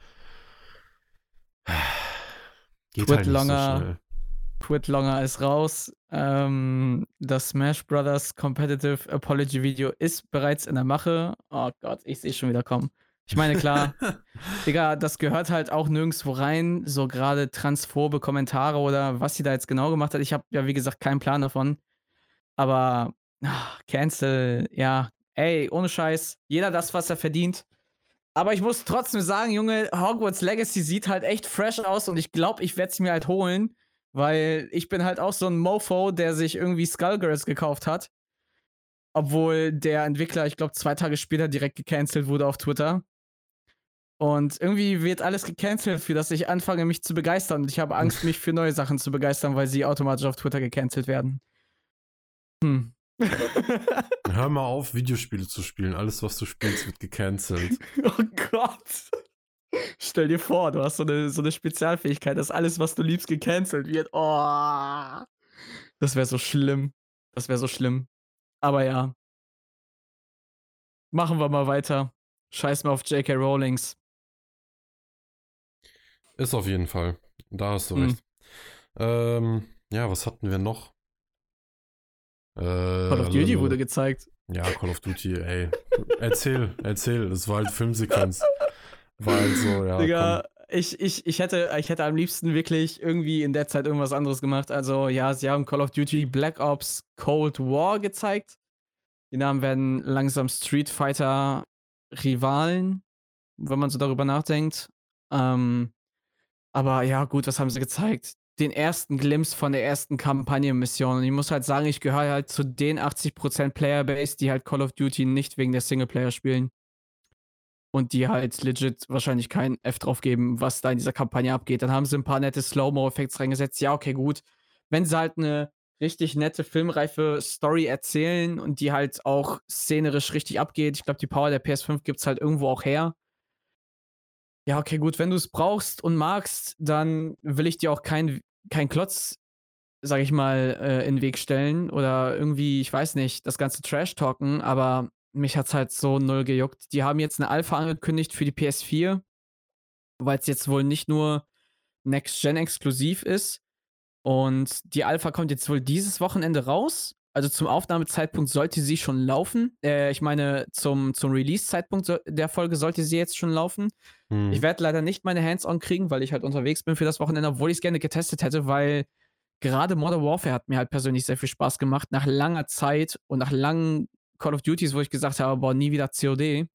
geht halt nicht so Twitlonger, schnell. Twitlonger ist raus. Ähm, das Smash Brothers Competitive Apology Video ist bereits in der Mache. Oh Gott, ich sehe schon wieder kommen. Ich meine, klar, Digga, das gehört halt auch nirgendwo rein, so gerade transphobe Kommentare oder was sie da jetzt genau gemacht hat. Ich habe ja, wie gesagt, keinen Plan davon. Aber ah, Cancel, ja, ey, ohne Scheiß, jeder das, was er verdient. Aber ich muss trotzdem sagen, Junge, Hogwarts Legacy sieht halt echt fresh aus und ich glaube, ich werde es mir halt holen, weil ich bin halt auch so ein Mofo, der sich irgendwie Skullgirls gekauft hat. Obwohl der Entwickler, ich glaube, zwei Tage später direkt gecancelt wurde auf Twitter. Und irgendwie wird alles gecancelt, für das ich anfange, mich zu begeistern. Und ich habe Angst, mich für neue Sachen zu begeistern, weil sie automatisch auf Twitter gecancelt werden. Hm. Hör mal auf, Videospiele zu spielen. Alles, was du spielst, wird gecancelt. Oh Gott. Stell dir vor, du hast so eine, so eine Spezialfähigkeit, dass alles, was du liebst, gecancelt wird. Oh. Das wäre so schlimm. Das wäre so schlimm. Aber ja. Machen wir mal weiter. Scheiß mal auf J K. Rowlings. Ist auf jeden Fall. Da hast du Hm. recht. Ähm, ja, was hatten wir noch? Äh, Call of Duty wurde gezeigt. Ja, Call of Duty, ey. Erzähl, erzähl. Das war halt Filmsequenz. War halt so, ja, Digga, komm. ich, ich, ich, hätte, ich hätte am liebsten wirklich irgendwie in der Zeit irgendwas anderes gemacht. Also, ja, sie haben Call of Duty Black Ops Cold War gezeigt. Die Namen werden langsam Street Fighter Rivalen, wenn man so darüber nachdenkt. Ähm, aber ja, gut, was haben sie gezeigt? Den ersten Glimpse von der ersten Kampagnenmission. Und ich muss halt sagen, ich gehöre halt zu den achtzig Prozent Playerbase, die halt Call of Duty nicht wegen der Singleplayer spielen. Und die halt legit wahrscheinlich kein F drauf geben, was da in dieser Kampagne abgeht. Dann haben sie ein paar nette Slow-Mo-Effekte reingesetzt. Ja, okay, gut. Wenn sie halt eine richtig nette, filmreife Story erzählen und die halt auch szenerisch richtig abgeht, ich glaube, die Power der P S fünf gibt's halt irgendwo auch her. Ja, okay, gut. Wenn du es brauchst und magst, dann will ich dir auch keinen kein Klotz, sag ich mal, äh, in den Weg stellen oder irgendwie, ich weiß nicht, das ganze Trash-Talken, aber mich hat's halt so null gejuckt. Die haben jetzt eine Alpha angekündigt für die P S vier, weil es jetzt wohl nicht nur Next-Gen exklusiv ist. Und die Alpha kommt jetzt wohl dieses Wochenende raus. Also zum Aufnahmezeitpunkt sollte sie schon laufen. Äh, ich meine, zum, zum Release-Zeitpunkt so, der Folge sollte sie jetzt schon laufen. Hm. Ich werde leider nicht meine Hands-on kriegen, weil ich halt unterwegs bin für das Wochenende, obwohl ich es gerne getestet hätte, weil gerade Modern Warfare hat mir halt persönlich sehr viel Spaß gemacht. Nach langer Zeit und nach langen Call of Duties, wo ich gesagt habe, boah, nie wieder C O D.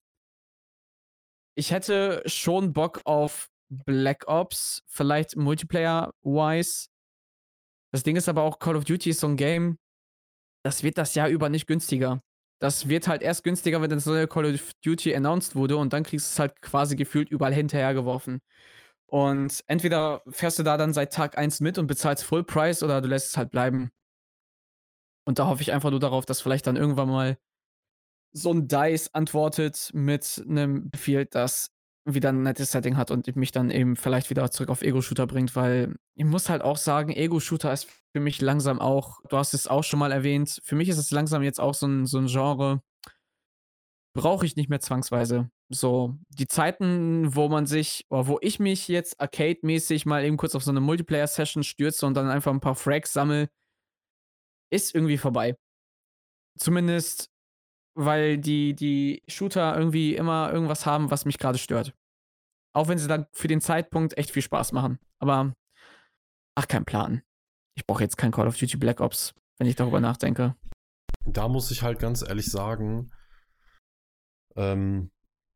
Ich hätte schon Bock auf Black Ops, vielleicht Multiplayer-wise. Das Ding ist aber auch, Call of Duty ist so ein Game, das wird das Jahr über nicht günstiger. Das wird halt erst günstiger, wenn das neue Call of Duty announced wurde und dann kriegst du es halt quasi gefühlt überall hinterhergeworfen. Und entweder fährst du da dann seit Tag eins mit und bezahlst Full Price oder du lässt es halt bleiben. Und da hoffe ich einfach nur darauf, dass vielleicht dann irgendwann mal so ein DICE antwortet mit einem Befehl, das wieder ein nettes Setting hat und mich dann eben vielleicht wieder zurück auf Ego-Shooter bringt, weil ich muss halt auch sagen, Ego-Shooter ist für mich langsam auch, du hast es auch schon mal erwähnt, für mich ist es langsam jetzt auch so ein, so ein Genre, brauche ich nicht mehr zwangsweise. So, die Zeiten, wo man sich, oder wo ich mich jetzt arcade-mäßig mal eben kurz auf so eine Multiplayer-Session stürze und dann einfach ein paar Frags sammle, ist irgendwie vorbei. Zumindest weil die, die Shooter irgendwie immer irgendwas haben, was mich gerade stört. Auch wenn sie dann für den Zeitpunkt echt viel Spaß machen. Aber, ach, kein Plan. Ich brauche jetzt kein Call of Duty Black Ops, wenn ich darüber nachdenke. Da muss ich halt ganz ehrlich sagen, ähm,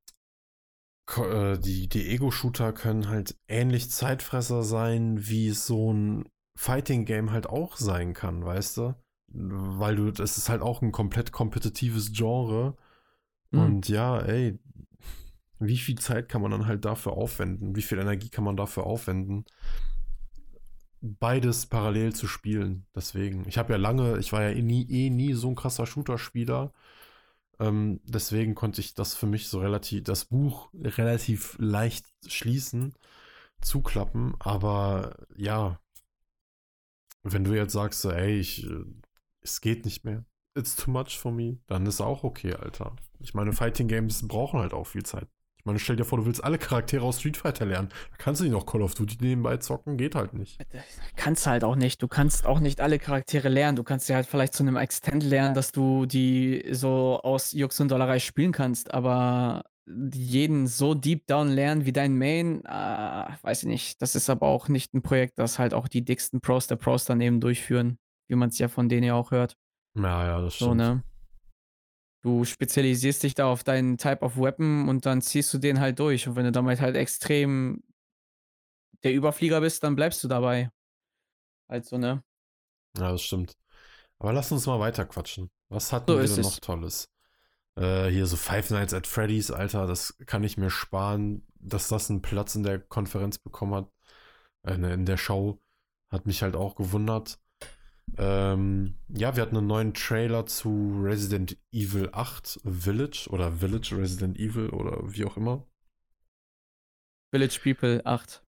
die, die Ego-Shooter können halt ähnlich Zeitfresser sein, wie es so ein Fighting-Game halt auch sein kann, weißt du? Weil du, das ist halt auch ein komplett kompetitives Genre Hm. Und ja, ey, wie viel Zeit kann man dann halt dafür aufwenden? Wie viel Energie kann man dafür aufwenden? Beides parallel zu spielen. Deswegen, ich habe ja lange, ich war ja eh nie, eh nie so ein krasser Shooter-Spieler. Ähm, deswegen konnte ich das für mich so relativ, das Buch relativ leicht schließen, zuklappen. Aber ja, wenn du jetzt sagst, so, ey, ich, äh, es geht nicht mehr, it's too much for me, dann ist auch okay, Alter. Ich meine, Fighting Games brauchen halt auch viel Zeit. Ich meine, stell dir vor, du willst alle Charaktere aus Street Fighter lernen. Da kannst du nicht noch Call of Duty nebenbei zocken, geht halt nicht. Kannst halt auch nicht. Du kannst auch nicht alle Charaktere lernen. Du kannst ja halt vielleicht zu einem Extent lernen, dass du die so aus Jux und Dollerei spielen kannst, aber jeden so deep down lernen wie dein Main, äh, weiß ich nicht. Das ist aber auch nicht ein Projekt, das halt auch die dicksten Pros der Pros daneben durchführen, wie man es ja von denen ja auch hört. Ja, ja, das So, stimmt. ne? Du spezialisierst dich da auf deinen Type of Weapon und dann ziehst du den halt durch. Und wenn du damit halt extrem der Überflieger bist, dann bleibst du dabei. Halt so, ne? Ja, das stimmt. Aber lass uns mal weiter quatschen. Was So hatten wir ist denn es. noch Tolles? Äh, hier so Five Nights at Freddy's, Alter, das kann ich mir sparen, dass das einen Platz in der Konferenz bekommen hat. Äh, ne, in der Show. Hat mich halt auch gewundert. Ähm, ja, wir hatten einen neuen Trailer zu Resident Evil acht Village oder Village Resident Evil oder wie auch immer. Village People acht.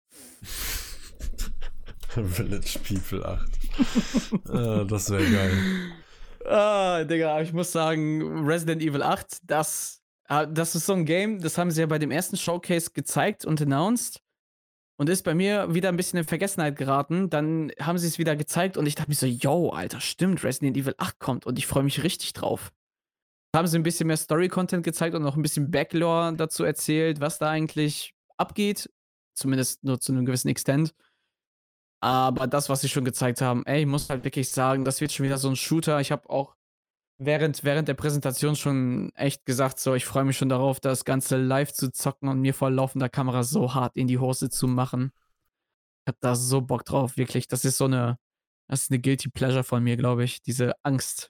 Village People acht. äh, das wäre geil. Ah, Digga, ich muss sagen, Resident Evil acht, das, ah, das ist so ein Game, das haben sie ja bei dem ersten Showcase gezeigt und announced und ist bei mir wieder ein bisschen in Vergessenheit geraten. Dann haben sie es wieder gezeigt und ich dachte mir so, yo, Alter, stimmt, Resident Evil acht kommt und ich freue mich richtig drauf. Da haben sie ein bisschen mehr Story-Content gezeigt und noch ein bisschen Backlore dazu erzählt, was da eigentlich abgeht. Zumindest nur zu einem gewissen Extent. Aber das, was sie schon gezeigt haben, ey, ich muss halt wirklich sagen, das wird schon wieder so ein Shooter. Ich habe auch während, während der Präsentation schon echt gesagt, so, ich freue mich schon darauf, das Ganze live zu zocken und mir vor laufender Kamera so hart in die Hose zu machen. Ich hab da so Bock drauf, wirklich. Das ist so eine, das ist eine Guilty Pleasure von mir, glaube ich. Diese Angst,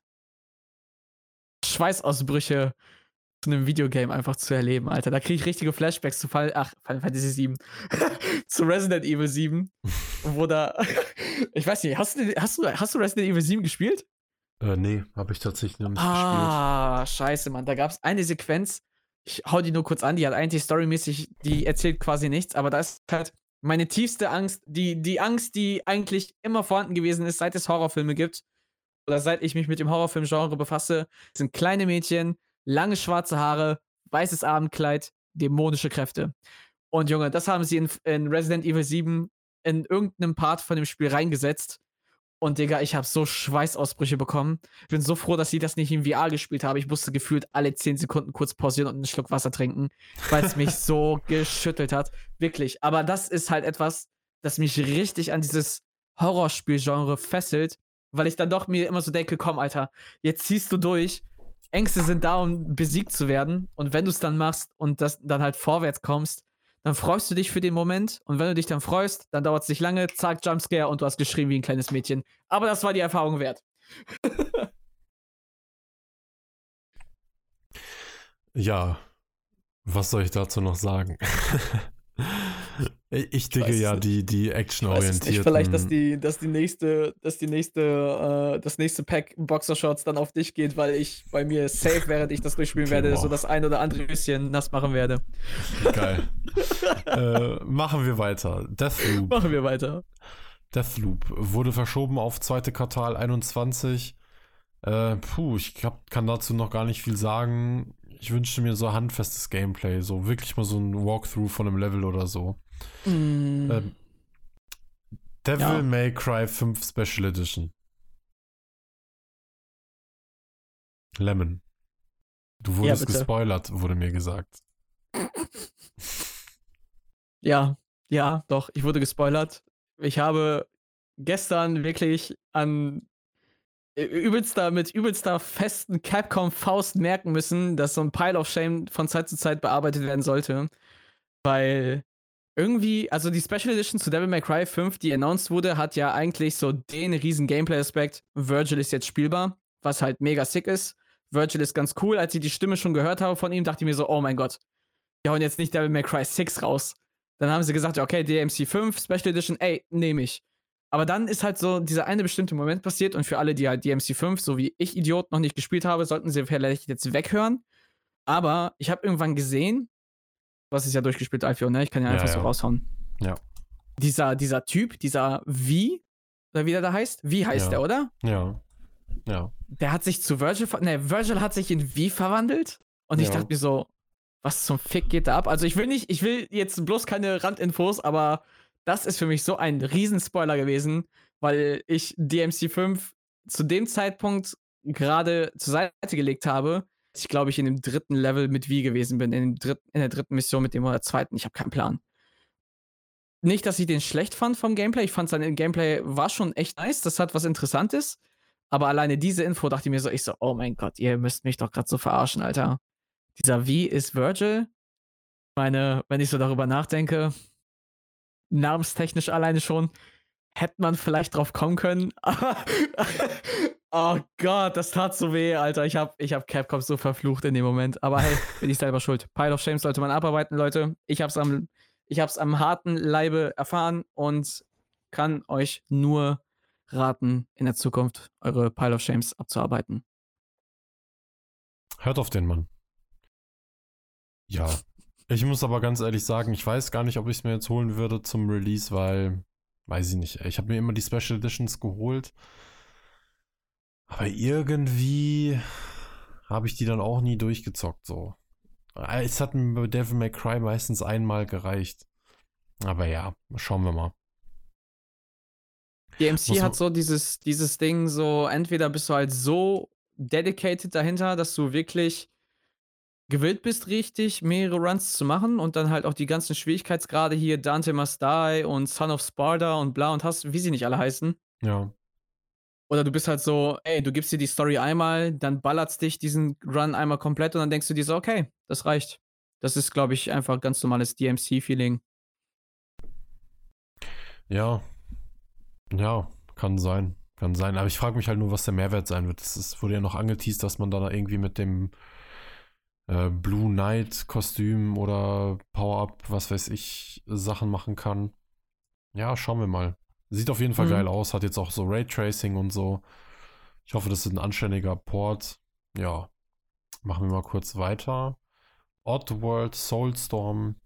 Schweißausbrüche zu einem Videogame einfach zu erleben, Alter. Da kriege ich richtige Flashbacks zu Fall, ach, Final Fantasy sieben. Zu Resident Evil sieben. Wo da, ich weiß nicht, hast du, hast du, hast du Resident Evil sieben gespielt? Äh, nee, habe ich tatsächlich noch nicht Ah, scheiße, Mann. Da gab es eine Sequenz, ich hau die nur kurz an, die hat eigentlich storymäßig, die erzählt quasi nichts, aber da ist halt meine tiefste Angst, die, die Angst, die eigentlich immer vorhanden gewesen ist, seit es Horrorfilme gibt, oder seit ich mich mit dem Horrorfilm-Genre befasse, sind kleine Mädchen, lange schwarze Haare, weißes Abendkleid, dämonische Kräfte. Und Junge, das haben sie in, in Resident Evil sieben in irgendeinem Part von dem Spiel reingesetzt. Und Digga, ich habe so Schweißausbrüche bekommen. Ich bin so froh, dass ich das nicht in V R gespielt habe. Ich musste gefühlt alle zehn Sekunden kurz pausieren und einen Schluck Wasser trinken, weil es mich so geschüttelt hat. Wirklich. Aber das ist halt etwas, das mich richtig an dieses Horrorspielgenre fesselt, weil ich dann doch mir immer so denke, komm, Alter, jetzt ziehst du durch. Ängste sind da, um besiegt zu werden. Und wenn du es dann machst und das dann halt vorwärts kommst, dann freust du dich für den Moment und wenn du dich dann freust, dann dauert es nicht lange, zack, Jumpscare und du hast geschrien wie ein kleines Mädchen. Aber das war die Erfahrung wert. Ja, was soll ich dazu noch sagen? ich denke weiß es ja, nicht. die, die Ich weiß es nicht. actionorientierten. Vielleicht, dass die, dass die nächste, dass die nächste, äh, das nächste Pack Boxershorts dann auf dich geht, weil ich bei mir safe, während ich das durchspielen Okay, werde, wow. so das ein oder andere bisschen nass machen werde. Geil. äh, machen wir weiter. Deathloop. Machen wir weiter. Deathloop wurde verschoben auf zweite Quartal einundzwanzig. Äh, puh, ich glaub, kann dazu noch gar nicht viel sagen. Ich wünschte mir so handfestes Gameplay, so wirklich mal so ein Walkthrough von einem Level oder so. Mm. Ähm, Devil Ja. May Cry fünf Special Edition. Lemon. Du wurdest Ja, bitte. gespoilert, wurde mir gesagt. Ja, ja, doch, ich wurde gespoilert. Ich habe gestern wirklich an übelster, mit übelster festen Capcom-Faust merken müssen, dass so ein Pile of Shame von Zeit zu Zeit bearbeitet werden sollte. Weil irgendwie, also die Special Edition zu Devil May Cry fünf, die announced wurde, hat ja eigentlich so den riesen Gameplay-Aspekt. Virgil ist jetzt spielbar, was halt mega sick ist. Virgil ist ganz cool. Als ich die Stimme schon gehört habe von ihm, dachte ich mir so, oh mein Gott, die hauen jetzt nicht Devil May Cry sechs raus. Dann haben sie gesagt, okay, D M C fünf Special Edition, ey, nehme ich. Aber dann ist halt so dieser eine bestimmte Moment passiert und für alle, die halt D M C fünf, so wie ich Idiot, noch nicht gespielt habe, sollten sie vielleicht jetzt weghören. Aber ich habe irgendwann gesehen, was ist ja durchgespielt, Alfio, ne? Ich kann ja einfach Ja, so ja. raushauen. Ja. Dieser, dieser Typ, dieser V, oder wie der da heißt? V heißt Ja. der, oder? Ja. Ja. Der hat sich zu Virgil, ver ne, Virgil hat sich in V verwandelt. Und ich Ja. dachte mir so, was zum Fick geht da ab? Also ich will nicht, ich will jetzt bloß keine Randinfos, aber das ist für mich so ein Riesenspoiler gewesen, weil ich D M C fünf zu dem Zeitpunkt gerade zur Seite gelegt habe, dass ich glaube ich in dem dritten Level mit V gewesen bin, in, dem dritten, in der dritten Mission mit dem oder zweiten, ich habe keinen Plan. Nicht, dass ich den schlecht fand vom Gameplay, ich fand sein Gameplay war schon echt nice, das hat was Interessantes, aber alleine diese Info dachte ich mir so, ich so, oh mein Gott, ihr müsst mich doch gerade so verarschen, Alter. Dieser V ist Virgil. Ich meine, wenn ich so darüber nachdenke, namenstechnisch alleine schon, hätte man vielleicht drauf kommen können. Aber oh Gott, das tat so weh, Alter. Ich hab, ich hab Capcom so verflucht in dem Moment. Aber hey, bin ich selber schuld. Pile of Shame sollte man abarbeiten, Leute. Ich hab's am, ich hab's am harten Leibe erfahren und kann euch nur raten, in der Zukunft eure Pile of Shames abzuarbeiten. Hört auf den Mann. Ja. Ich muss aber ganz ehrlich sagen, ich weiß gar nicht, ob ich es mir jetzt holen würde zum Release, weil, weiß ich nicht. Ich habe mir immer die Special Editions geholt. Aber irgendwie habe ich die dann auch nie durchgezockt, so. Es hat mir bei Devil May Cry meistens einmal gereicht. Aber ja, schauen wir mal. D M C Muss hat man- so dieses, dieses Ding, so entweder bist du halt so dedicated dahinter, dass du wirklich gewillt bist, richtig mehrere Runs zu machen und dann halt auch die ganzen Schwierigkeitsgrade hier, Dante Must Die und Son of Sparta und bla und hast, wie sie nicht alle heißen. Ja. Oder du bist halt so, ey, du gibst dir die Story einmal, dann ballert's dich diesen Run einmal komplett und dann denkst du dir so, okay, das reicht. Das ist, glaube ich, einfach ganz normales D M C-Feeling. Ja. Ja, kann sein. Kann sein. Aber ich frage mich halt nur, was der Mehrwert sein wird. Es ist- wurde ja noch angeteased, dass man da irgendwie mit dem äh, Blue Knight Kostüm oder Power-Up, was weiß ich, Sachen machen kann. Ja, schauen wir mal. Sieht auf jeden Fall Mhm. geil aus. Hat jetzt auch so Raytracing und so. Ich hoffe, das ist ein anständiger Port. Ja. Machen wir mal kurz weiter. Oddworld Soulstorm.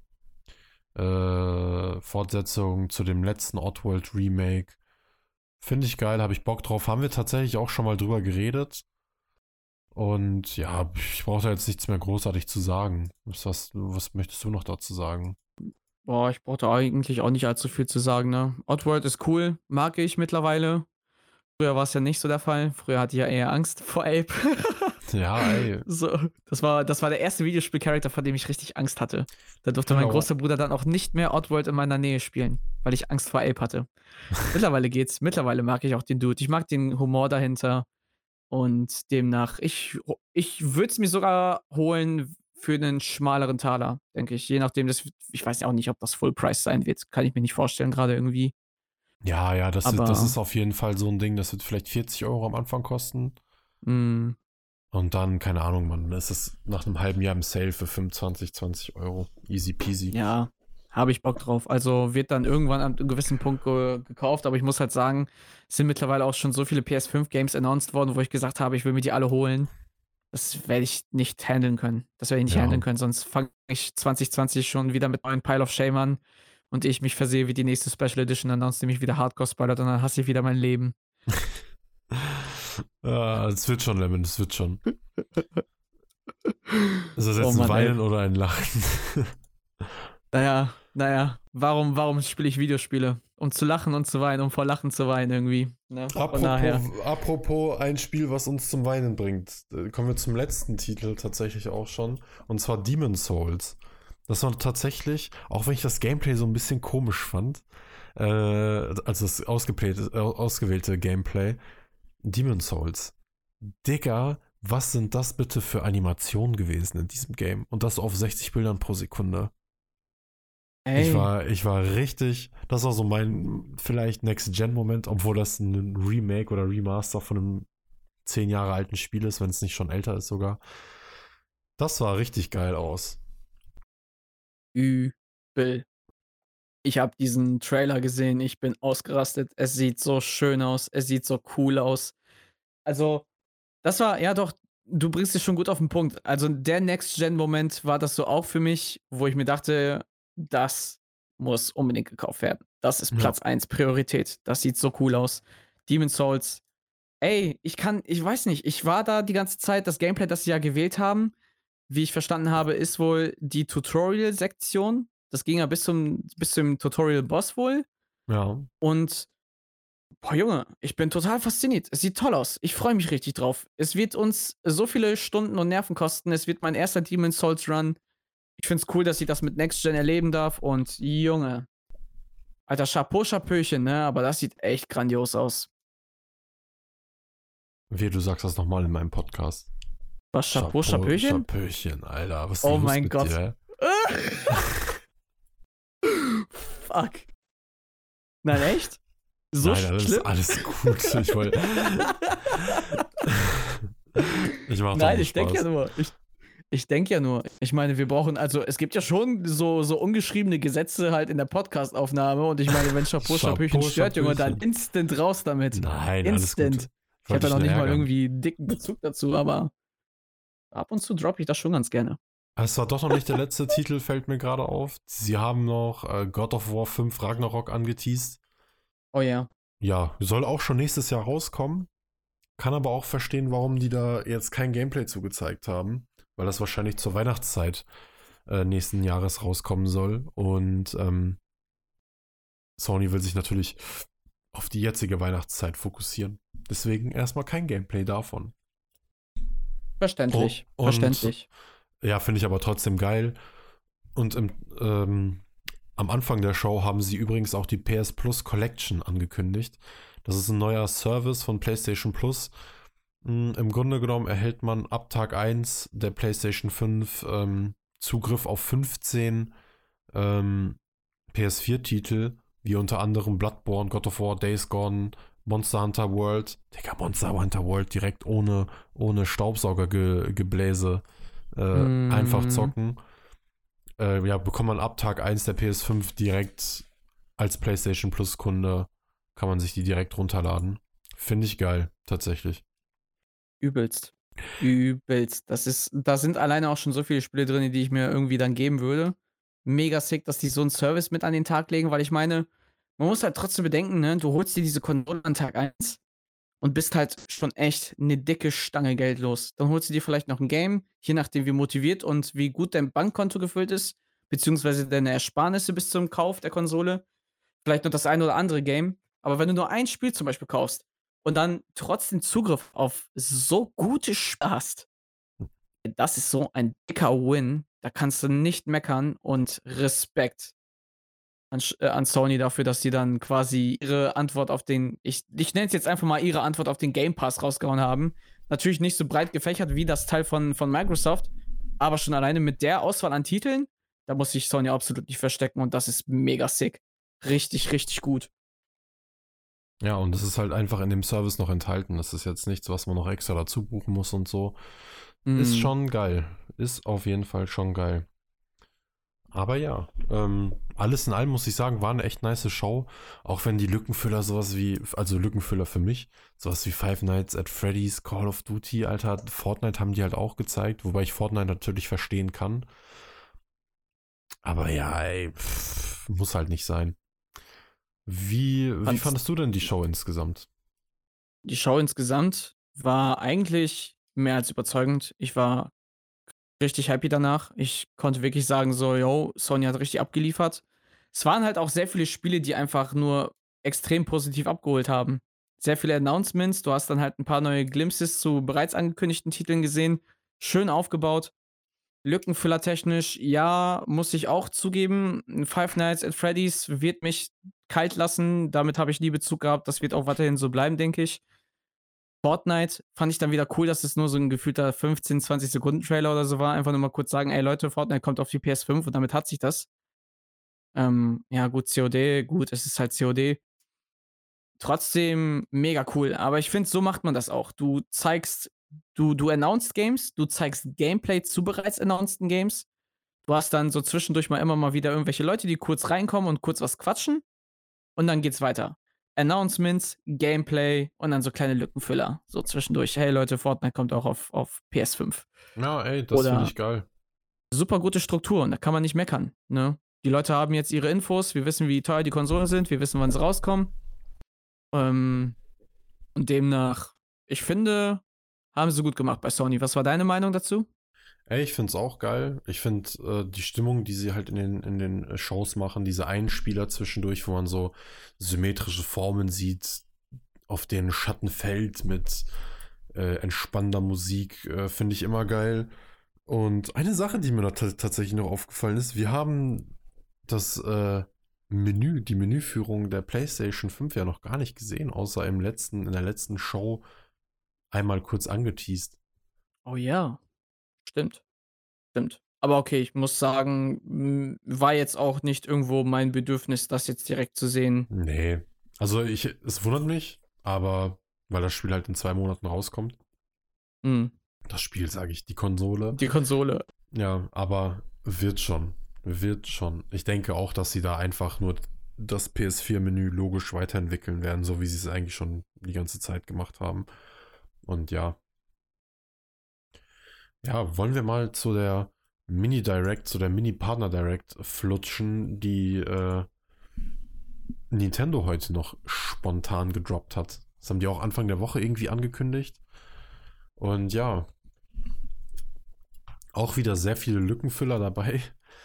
Äh, Fortsetzung zu dem letzten Oddworld Remake. Finde ich geil, habe ich Bock drauf. Haben wir tatsächlich auch schon mal drüber geredet. Und ja, ich brauche da jetzt nichts mehr großartig zu sagen. Was, was, was möchtest du noch dazu sagen? Boah, ich brauchte eigentlich auch nicht allzu viel zu sagen, ne? Oddworld ist cool, mag ich mittlerweile. Früher war es ja nicht so der Fall. Früher hatte ich ja eher Angst vor Ape. Ja, ey. So, das war, das war der erste Videospielcharakter, vor dem ich richtig Angst hatte. Da durfte mein Genau. großer Bruder dann auch nicht mehr Oddworld in meiner Nähe spielen, weil ich Angst vor Ape hatte. Mittlerweile geht's. Mittlerweile mag ich auch den Dude. Ich mag den Humor dahinter. Und demnach, ich, ich würde es mir sogar holen für einen schmaleren Taler, denke ich. Je nachdem, das, ich weiß ja auch nicht, ob das Full Price sein wird. Kann ich mir nicht vorstellen, gerade irgendwie. Ja, ja, das, ist, Aber- das ist auf jeden Fall so ein Ding, das wird vielleicht vierzig Euro am Anfang kosten. Mh, Und dann, keine Ahnung, man, ist es nach einem halben Jahr im Sale für fünfundzwanzig, zwanzig Euro. Easy peasy. ja, habe ich Bock drauf. Also wird dann irgendwann an einem gewissen Punkt ge gekauft, aber ich muss halt sagen, es sind mittlerweile auch schon so viele P S fünf Games announced worden, wo ich gesagt habe, ich will mir die alle holen. Das werde ich nicht handeln können. Das werde ich nicht Ja. handeln können, sonst fange ich zwanzig zwanzig schon wieder mit neuen Pile of Shame an und ich mich versehe wie die nächste Special Edition announced, die mich wieder Hardcore spoilert und dann hasse ich wieder mein Leben. Ah, es wird schon, Lemon, es wird schon. Ist das jetzt Oh ein Mann, Weinen ey. oder ein Lachen? Naja, naja, warum, warum spiele ich Videospiele? Um zu lachen und zu weinen, um vor Lachen zu weinen irgendwie. Ne? Von daher. Apropos, apropos ein Spiel, was uns zum Weinen bringt. Äh, Kommen wir zum letzten Titel tatsächlich auch schon. Und zwar Demon's Souls. Das war tatsächlich, auch wenn ich das Gameplay so ein bisschen komisch fand, äh, also das ausgeplayte, äh, ausgewählte Gameplay, Demon's Souls. Digga, was sind das bitte für Animationen gewesen in diesem Game? Und das auf sechzig Bildern pro Sekunde. Ey, Ich war, ich war richtig, das war so mein vielleicht Next-Gen-Moment, obwohl das ein Remake oder Remaster von einem zehn Jahre alten Spiel ist, wenn es nicht schon älter ist sogar. Das sah richtig geil aus. Übel. Ich habe diesen Trailer gesehen, ich bin ausgerastet. Es sieht so schön aus, es sieht so cool aus. Also, das war ja doch, du bringst es schon gut auf den Punkt. Also, der Next-Gen-Moment war das so auch für mich, wo ich mir dachte, das muss unbedingt gekauft werden. Das ist Ja. Platz eins Priorität. Das sieht so cool aus. Demon's Souls, ey, ich kann ich weiß nicht, ich war da die ganze Zeit. Das Gameplay, das sie ja gewählt haben, wie ich verstanden habe, ist wohl die Tutorial-Sektion. Das ging ja bis zum bis zum Tutorial-Boss wohl. Ja. Und, boah, Junge, ich bin total fasziniert. Es sieht toll aus. Ich freue mich richtig drauf. Es wird uns so viele Stunden und Nerven kosten. Es wird mein erster Demon's Souls Run. Ich finde es cool, dass ich das mit Next Gen erleben darf und Junge, Alter, Chapeau, Chapeauchen, ne, aber das sieht echt grandios aus. Wie, du sagst das nochmal in meinem Podcast. Was, Chapeau, Chapeauchen? Chapeauchen, Alter. Was ist Oh los mein mit Gott. dir? Fuck. Nein, echt? So Nein, alles, schlimm? alles gut. Ich wollte. ich mach doch Nein, nur ich denke ja Spaß. nur. Ich, ich denke ja nur. Ich meine, wir brauchen, also es gibt ja schon so, so ungeschriebene Gesetze halt in der Podcast-Aufnahme und ich meine, wenn Chapeau, Chapeau, Chapeauchen stört, Junge, dann Chapeauchen. instant raus damit. Nein, alles gut. Instant. Ich Wollte habe ja noch nur nicht mal ärgern. irgendwie dicken Bezug dazu, aber ab und zu droppe ich das schon ganz gerne. Es war doch noch nicht der letzte Titel, fällt mir gerade auf. Sie haben noch äh, God of War fünf Ragnarok angeteased. Oh ja. Ja, soll auch schon nächstes Jahr rauskommen. Kann aber auch verstehen, warum die da jetzt kein Gameplay zugezeigt haben. Weil das wahrscheinlich zur Weihnachtszeit äh, nächsten Jahres rauskommen soll. Und ähm, Sony will sich natürlich auf die jetzige Weihnachtszeit fokussieren. Deswegen erstmal kein Gameplay davon. Verständlich. Oh, und- Verständlich. Ja, finde ich aber trotzdem geil. Und im, ähm, am Anfang der Show haben sie übrigens auch die P S Plus Collection angekündigt. Das ist ein neuer Service von PlayStation Plus. Mm, Im Grunde genommen erhält man ab Tag eins der PlayStation fünf ähm, Zugriff auf fünfzehn ähm, P S vier Titel, wie unter anderem Bloodborne, God of War, Days Gone, Monster Hunter World. Digga, Monster Hunter World direkt ohne, ohne Staubsaugergebläse äh, Mm. einfach zocken. Äh, ja, bekommt man ab Tag eins der P S fünf direkt als PlayStation Plus Kunde, kann man sich die direkt runterladen. Finde ich geil, tatsächlich. Übelst. Übelst. Das ist, da sind alleine auch schon so viele Spiele drin, die ich mir irgendwie dann geben würde. Mega sick, dass die so einen Service mit an den Tag legen, weil ich meine, man muss halt trotzdem bedenken, ne, du holst dir diese Konsole an Tag eins und bist halt schon echt eine dicke Stange Geld los. Dann holst du dir vielleicht noch ein Game, je nachdem, wie motiviert und wie gut dein Bankkonto gefüllt ist, beziehungsweise deine Ersparnisse bis zum Kauf der Konsole. Vielleicht noch das ein oder andere Game. Aber wenn du nur ein Spiel zum Beispiel kaufst und dann trotzdem Zugriff auf so gute Spiele hast, das ist so ein dicker Win. Da kannst du nicht meckern und Respekt an, Sch- äh, an Sony dafür, dass sie dann quasi ihre Antwort auf den, ich, ich nenne es jetzt einfach mal ihre Antwort auf den Game Pass rausgehauen haben. Natürlich nicht so breit gefächert wie das Teil von, von Microsoft, aber schon alleine mit der Auswahl an Titeln, da muss sich Sony absolut nicht verstecken und das ist mega sick. Richtig, richtig gut. Ja, und das ist halt einfach in dem Service noch enthalten. Das ist jetzt nichts, was man noch extra dazu buchen muss und so. Ist Mm. schon geil. Ist auf jeden Fall schon geil. Aber ja, ähm, alles in allem muss ich sagen, war eine echt nice Show. Auch wenn die Lückenfüller sowas wie, also Lückenfüller für mich, sowas wie Five Nights at Freddy's, Call of Duty, Alter, Fortnite haben die halt auch gezeigt, wobei ich Fortnite natürlich verstehen kann. Aber ja, ey, pff, muss halt nicht sein. Wie, wie Fand's- fandest du denn die Show insgesamt? Die Show insgesamt war eigentlich mehr als überzeugend. Ich war richtig happy danach. Ich konnte wirklich sagen, so, yo, Sony hat richtig abgeliefert. Es waren halt auch sehr viele Spiele, die einfach nur extrem positiv abgeholt haben. Sehr viele Announcements. Du hast dann halt ein paar neue Glimpses zu bereits angekündigten Titeln gesehen. Schön aufgebaut. Lückenfüller-technisch, ja, muss ich auch zugeben. Five Nights at Freddy's wird mich kalt lassen. Damit habe ich nie Bezug gehabt. Das wird auch weiterhin so bleiben, denke ich. Fortnite fand ich dann wieder cool, dass es nur so ein gefühlter fünfzehn, zwanzig Sekunden Trailer oder so war. Einfach nur mal kurz sagen, ey Leute, Fortnite kommt auf die P S fünf und damit hat sich das. Ähm, ja, gut, C O D, gut, es ist halt C O D. trotzdem mega cool. Aber ich finde, so macht man das auch. Du zeigst du du announced Games, du zeigst Gameplay zu bereits announceden Games. Du hast dann so zwischendurch mal immer mal wieder irgendwelche Leute, die kurz reinkommen und kurz was quatschen und dann geht's weiter. Announcements, Gameplay und dann so kleine Lückenfüller, so zwischendurch. „Hey Leute, Fortnite kommt auch auf auf P S fünf." Ja, ey, das finde Oder ich geil. super gute Strukturen, da kann man nicht meckern, ne? Die Leute haben jetzt ihre Infos, wir wissen, wie teuer die Konsolen sind, wir wissen, wann sie rauskommen. Ähm, und demnach, ich finde, haben sie gut gemacht bei Sony. Was war deine Meinung dazu? Ey, ich find's auch geil. Ich find äh, die Stimmung, die sie halt in den, in den äh, Shows machen, diese Einspieler zwischendurch, wo man so symmetrische Formen sieht, auf denen Schatten fällt mit äh, entspannender Musik, äh, finde ich immer geil. Und eine Sache, die mir noch ta- tatsächlich noch aufgefallen ist, wir haben das äh, Menü, die Menüführung der PlayStation fünf ja noch gar nicht gesehen, außer im letzten, in der letzten Show einmal kurz angeteased. Oh ja, stimmt, stimmt. Aber okay, ich muss sagen, hm, war jetzt auch nicht irgendwo mein Bedürfnis, das jetzt direkt zu sehen. Nee. Also ich, es wundert mich, aber weil das Spiel halt in zwei Monaten rauskommt. Mhm. Das Spiel, sage ich, die Konsole. Die Konsole. Ja, aber wird schon. Wird schon. Ich denke auch, dass sie da einfach nur das P S vier-Menü logisch weiterentwickeln werden, so wie sie es eigentlich schon die ganze Zeit gemacht haben. Und ja. Ja, wollen wir mal zu der Mini-Direct, zu der Mini-Partner-Direct flutschen, die äh, Nintendo heute noch spontan gedroppt hat. Das haben die auch Anfang der Woche irgendwie angekündigt. Und ja, auch wieder sehr viele Lückenfüller dabei.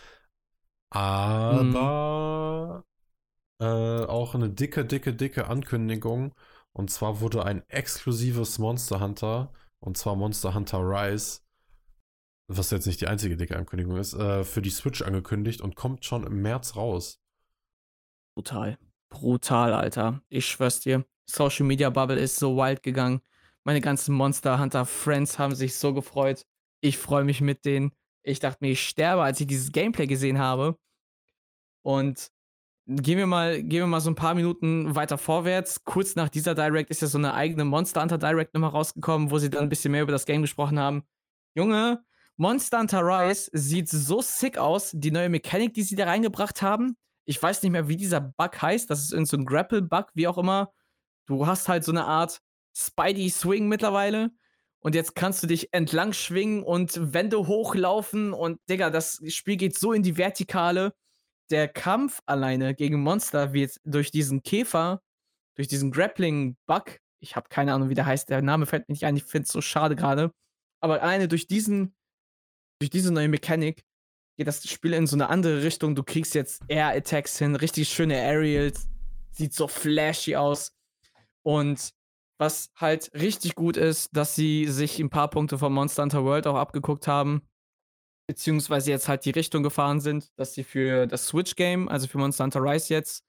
Mhm. Aber äh, auch eine dicke, dicke, dicke Ankündigung. Und zwar wurde ein exklusives Monster Hunter, und zwar Monster Hunter Rise, was jetzt nicht die einzige dicke Ankündigung ist, äh, für die Switch angekündigt und kommt schon im März raus. Brutal. Brutal, Alter. Ich schwör's dir. Social Media Bubble ist so wild gegangen. Meine ganzen Monster Hunter Friends haben sich so gefreut. Ich freue mich mit denen. Ich dachte mir, ich sterbe, als ich dieses Gameplay gesehen habe. Und gehen wir mal, gehen wir mal so ein paar Minuten weiter vorwärts. Kurz nach dieser Direct ist ja so eine eigene Monster Hunter Direct nochmal rausgekommen, wo sie dann ein bisschen mehr über das Game gesprochen haben. Junge, Monster Hunter Rise sieht so sick aus. Die neue Mechanik, die sie da reingebracht haben. Ich weiß nicht mehr, wie dieser Bug heißt. Das ist irgend so ein Grapple-Bug, wie auch immer. Du hast halt so eine Art Spidey-Swing mittlerweile. Und jetzt kannst du dich entlang schwingen und Wände hochlaufen. Und Digga, das Spiel geht so in die Vertikale. Der Kampf alleine gegen Monster wird durch diesen Käfer, durch diesen Grappling-Bug, ich habe keine Ahnung, wie der heißt, der Name fällt mir nicht ein, ich finde es so schade gerade. Aber alleine durch diesen durch diese neue Mechanik geht das Spiel in so eine andere Richtung. Du kriegst jetzt Air-Attacks hin, richtig schöne Aerials, sieht so flashy aus. Und was halt richtig gut ist, dass sie sich ein paar Punkte von Monster Hunter World auch abgeguckt haben, beziehungsweise jetzt halt die Richtung gefahren sind, dass sie für das Switch-Game, also für Monster Hunter Rise jetzt,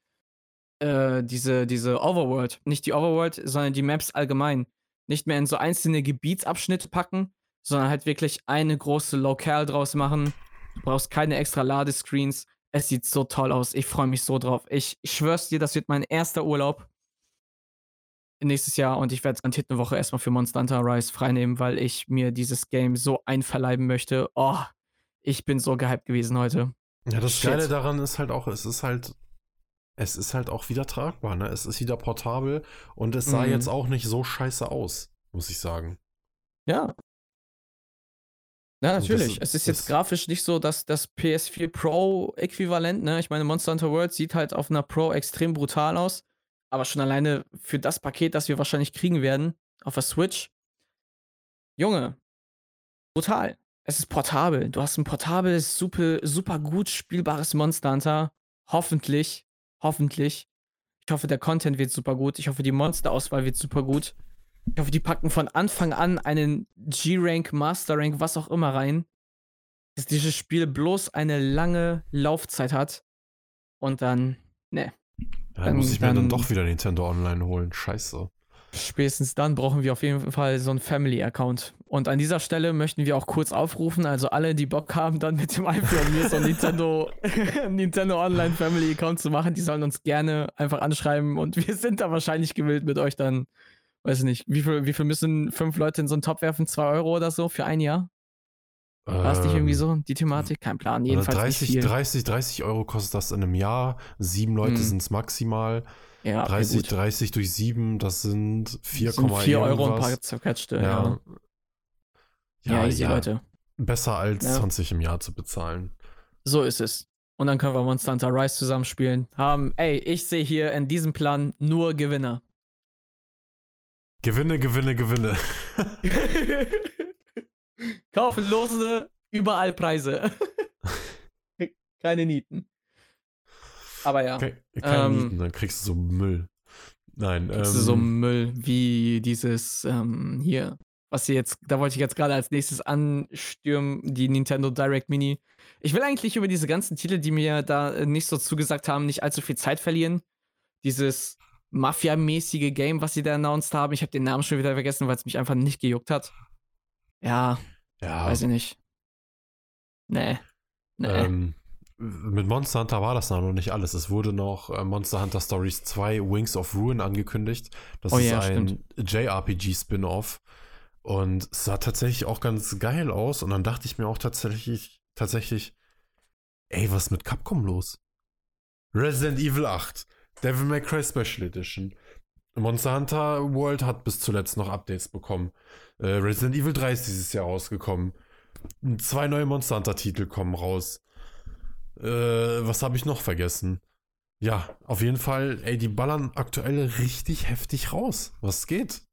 äh, diese, diese Overworld, nicht die Overworld, sondern die Maps allgemein, nicht mehr in so einzelne Gebietsabschnitte packen, sondern halt wirklich eine große Locale draus machen. Du brauchst keine extra Ladescreens. Es sieht so toll aus. Ich freue mich so drauf. Ich, ich schwör's dir, das wird mein erster Urlaub nächstes Jahr und ich werde garantiert eine Woche erstmal für Monster Hunter Rise freinehmen, weil ich mir dieses Game so einverleiben möchte. Oh, ich bin so gehypt gewesen heute. Ja, das Geile Shit. daran ist halt auch, es ist halt, es ist halt auch wieder tragbar, ne? Es ist wieder portabel und es sah jetzt Mhm. auch nicht so scheiße aus, muss ich sagen. Ja. Ja, Und das, natürlich. Es ist jetzt das, grafisch nicht so dass das P S vier Pro-Äquivalent, ne? Ich meine, Monster Hunter World sieht halt auf einer Pro extrem brutal aus. Aber schon alleine für das Paket, das wir wahrscheinlich kriegen werden, auf der Switch, Junge, brutal. Es ist portabel. Du hast ein portables, super, super gut spielbares Monster Hunter. Hoffentlich. Hoffentlich. Ich hoffe, der Content wird super gut. Ich hoffe, die Monsterauswahl wird super gut. Ich hoffe, die packen von Anfang an einen G-Rank, Master-Rank, was auch immer rein, dass dieses Spiel bloß eine lange Laufzeit hat. Und dann, ne, ja, dann muss dann, ich mir dann dann, doch wieder Nintendo Online holen. Scheiße. Spätestens dann brauchen wir auf jeden Fall so einen Family-Account. Und an dieser Stelle möchten wir auch kurz aufrufen, also alle, die Bock haben, dann mit dem Alfie und mir so einen Nintendo, Nintendo Online Family-Account zu machen, die sollen uns gerne einfach anschreiben und wir sind da wahrscheinlich gewillt mit euch dann, weiß ich nicht, wie viel, wie viel müssen fünf Leute in so einen Topf werfen? Zwei Euro oder so für ein Jahr? War es nicht irgendwie Ähm, so, die Thematik? Kein Plan, oder jedenfalls nicht dreißig, viel. dreißig, dreißig Euro kostet das in einem Jahr. Sieben Leute Hm. sind es maximal. Ja, okay, dreißig, gut. dreißig durch sieben, das sind vier, Das sind vier Euro und ein paar irgendwas. zerquetschte, ja. Ja, Ja, ja, easy, ja. Leute. Besser als Ja. zwanzig im Jahr zu bezahlen. So ist es. Und dann können wir Monster Hunter Rise zusammenspielen. Haben, ey, ich sehe hier in diesem Plan nur Gewinner. Gewinne, Gewinne, Gewinne. Kaufen Lose, überall Preise. Keine Nieten. Aber ja. Ke keine ähm, Mieten, dann kriegst du so Müll. Nein, Kriegst ähm, du so Müll wie dieses ähm, hier, was sie jetzt, da wollte ich jetzt gerade als nächstes anstürmen, die Nintendo Direct Mini. Ich will eigentlich über diese ganzen Titel, die mir da nicht so zugesagt haben, nicht allzu viel Zeit verlieren. Dieses Mafia-mäßige Game, was sie da announced haben. Ich habe den Namen schon wieder vergessen, weil es mich einfach nicht gejuckt hat. Ja, ja, weiß ich nicht. Nee. Nee. ähm, mit Monster Hunter war das noch nicht alles. Es wurde noch äh, Monster Hunter Stories zwei Wings of Ruin angekündigt. Das Oh ist ja, ein J R P G-Spin-Off. Und es sah tatsächlich auch ganz geil aus. Und dann dachte ich mir auch tatsächlich, tatsächlich, ey, was ist mit Capcom los? Resident Evil acht, Devil May Cry Special Edition. Monster Hunter World hat bis zuletzt noch Updates bekommen. Äh, Resident Evil drei ist dieses Jahr rausgekommen. Zwei neue Monster Hunter Titel kommen raus. Äh, was habe ich noch vergessen? Ja, auf jeden Fall, ey, die ballern aktuell richtig heftig raus. Was geht?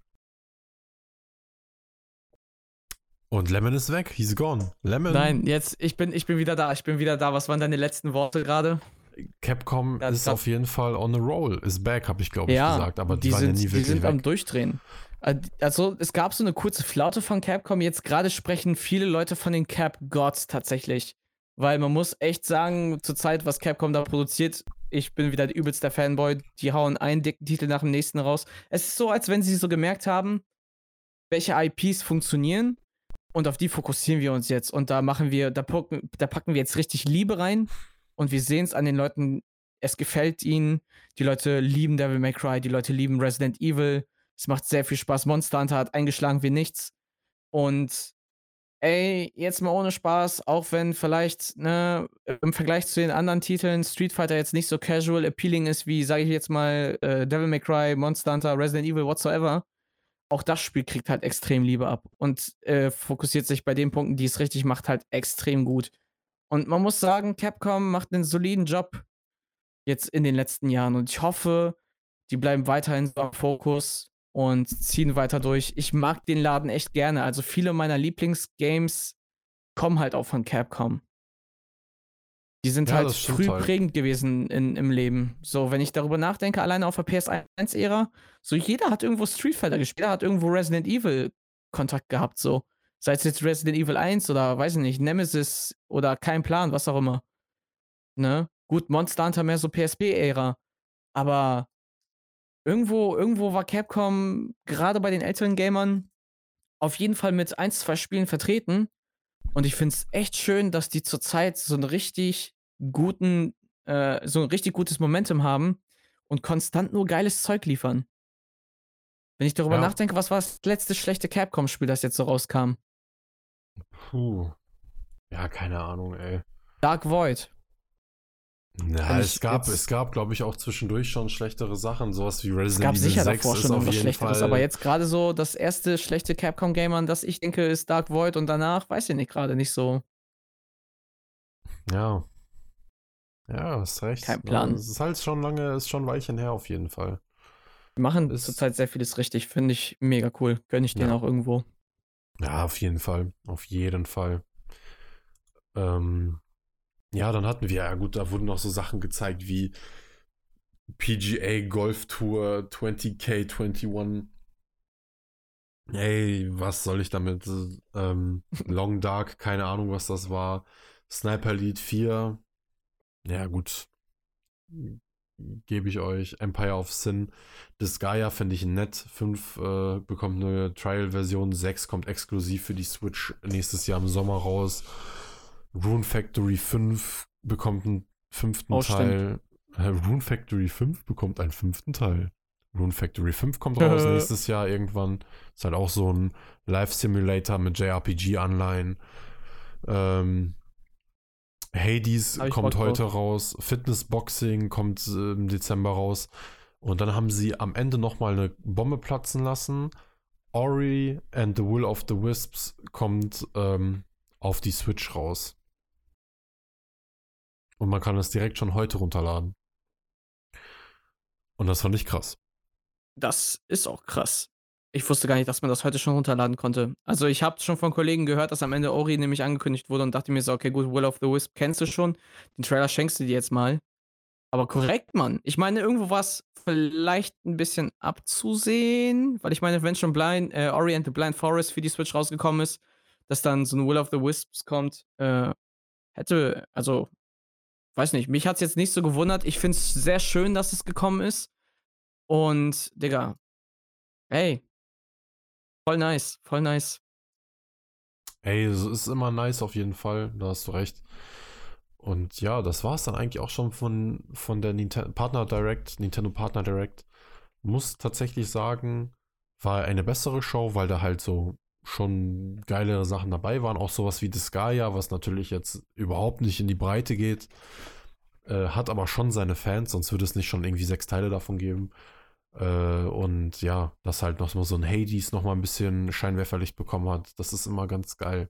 Und Lemon ist weg, he's gone. Lemon. Nein, jetzt, ich bin, ich bin wieder da, ich bin wieder da. Was waren deine letzten Worte gerade? Capcom Ja, ist grad- auf jeden Fall on a roll, ist back, habe ich glaube ich Ja, gesagt, aber die, die waren sind, ja nie die wirklich sind weg. am Durchdrehen. Äh, Also, es gab so eine kurze Flaute von Capcom. Jetzt gerade sprechen viele Leute von den Cap Gods tatsächlich. Weil man muss echt sagen, zurzeit, was Capcom da produziert, ich bin wieder übelst der Fanboy. Die hauen einen dicken Titel nach dem nächsten raus. Es ist so, als wenn sie so gemerkt haben, welche I Ps funktionieren. Und auf die fokussieren wir uns jetzt. Und da machen wir, da packen, da packen wir jetzt richtig Liebe rein. Und wir sehen es an den Leuten, es gefällt ihnen. Die Leute lieben Devil May Cry, die Leute lieben Resident Evil. Es macht sehr viel Spaß. Monster Hunter hat eingeschlagen wie nichts. Und ey, jetzt mal ohne Spaß, auch wenn vielleicht, ne, im Vergleich zu den anderen Titeln Street Fighter jetzt nicht so casual appealing ist, wie, sage ich jetzt mal, äh, Devil May Cry, Monster Hunter, Resident Evil, whatsoever. Auch das Spiel kriegt halt extrem Liebe ab und äh, fokussiert sich bei den Punkten, die es richtig macht, halt extrem gut. Und man muss sagen, Capcom macht einen soliden Job jetzt in den letzten Jahren und ich hoffe, die bleiben weiterhin so am Fokus und ziehen weiter durch. Ich mag den Laden echt gerne. Also viele meiner Lieblingsgames kommen halt auch von Capcom. Die sind Ja, halt das stimmt früh halt. prägend gewesen in, im Leben. So, wenn ich darüber nachdenke, alleine auf der P S eins Ära, so jeder hat irgendwo Street Fighter gespielt, jeder hat irgendwo Resident Evil Kontakt gehabt, so. Sei es jetzt Resident Evil eins oder, weiß ich nicht, Nemesis oder kein Plan, was auch immer. Ne? Gut, Monster Hunter mehr so P S P-Ära. Aber irgendwo, irgendwo war Capcom gerade bei den älteren Gamern auf jeden Fall mit ein, zwei Spielen vertreten. Und ich finde es echt schön, dass die zurzeit so einen richtig guten, äh, so ein richtig gutes Momentum haben und konstant nur geiles Zeug liefern. Wenn ich darüber Ja. nachdenke, was war das letzte schlechte Capcom-Spiel, das jetzt so rauskam? Puh. Ja, keine Ahnung, ey. Dark Void. Ja, Wenn es ich gab, jetzt- es gab, glaube ich, auch zwischendurch schon schlechtere Sachen, sowas wie Es Resident gab Evil sicher sechs davor ist schon auf irgendwas jeden Schlechteres, Fall. aber jetzt gerade so das erste schlechte Capcom-Game, an das ich denke, ist Dark Void und danach weiß ich nicht, gerade nicht so. Ja. Ja, hast recht. Kein Plan. Ja, es ist halt schon lange, ist schon ein Weilchen her auf jeden Fall. Die machen Ist- zurzeit sehr vieles richtig, finde ich mega cool. Gönn ich denen Ja. auch irgendwo. Ja, auf jeden Fall. Auf jeden Fall. Ähm, ja, dann hatten wir, ja gut, da wurden noch so Sachen gezeigt wie P G A Golf Tour zwanzig K einundzwanzig. Ey, was soll ich damit? Ähm, Long Dark, keine Ahnung, was das war. Sniper Elite vier. Ja, gut. gebe ich euch. Empire of Sin. Disgaea finde ich nett. fünf äh, bekommt eine Trial-Version. sechs kommt exklusiv für die Switch nächstes Jahr im Sommer raus. Rune Factory fünf bekommt einen fünften Oh, stimmt. Teil. Äh, Rune Factory fünf bekommt einen fünften Teil. Rune Factory fünf kommt raus nächstes Jahr irgendwann. Ist halt auch so ein Live-Simulator mit J R P G-Anleihen. Ähm, Hades Hab ich kommt Bock heute drauf. raus. Fitness Boxing kommt äh, im Dezember raus. Und dann haben sie am Ende nochmal eine Bombe platzen lassen. Ori and the Will of the Wisps kommt ähm, auf die Switch raus. Und man kann es direkt schon heute runterladen. Und das fand ich krass. Das ist auch krass. Ich wusste gar nicht, dass man das heute schon runterladen konnte. Also, ich habe schon von Kollegen gehört, dass am Ende Ori nämlich angekündigt wurde und dachte mir so: „Okay, gut, Will of the Wisp kennst du schon. Den Trailer schenkst du dir jetzt mal.“ Aber korrekt, Mann. Ich meine, irgendwo war's vielleicht ein bisschen abzusehen, weil ich meine, wenn schon Blind äh, Ori and the Blind Forest für die Switch rausgekommen ist, dass dann so 'n Will of the Wisps kommt, äh, hätte also, weiß nicht, mich hat's jetzt nicht so gewundert. Ich finde es sehr schön, dass es gekommen ist und Digga, ey, voll nice, voll nice. Ey, es ist immer nice auf jeden Fall. Da hast du recht. Und ja, das war es dann eigentlich auch schon von, von der Ninten Partner Direct, Nintendo Partner Direct. Muss tatsächlich sagen, war eine bessere Show, weil da halt so schon geilere Sachen dabei waren. Auch sowas wie Disgaea, was natürlich jetzt überhaupt nicht in die Breite geht. Äh, hat aber schon seine Fans, sonst würde es nicht schon irgendwie sechs Teile davon geben. Äh, und ja, dass halt noch mal so ein Hades noch mal ein bisschen Scheinwerferlicht bekommen hat, das ist immer ganz geil.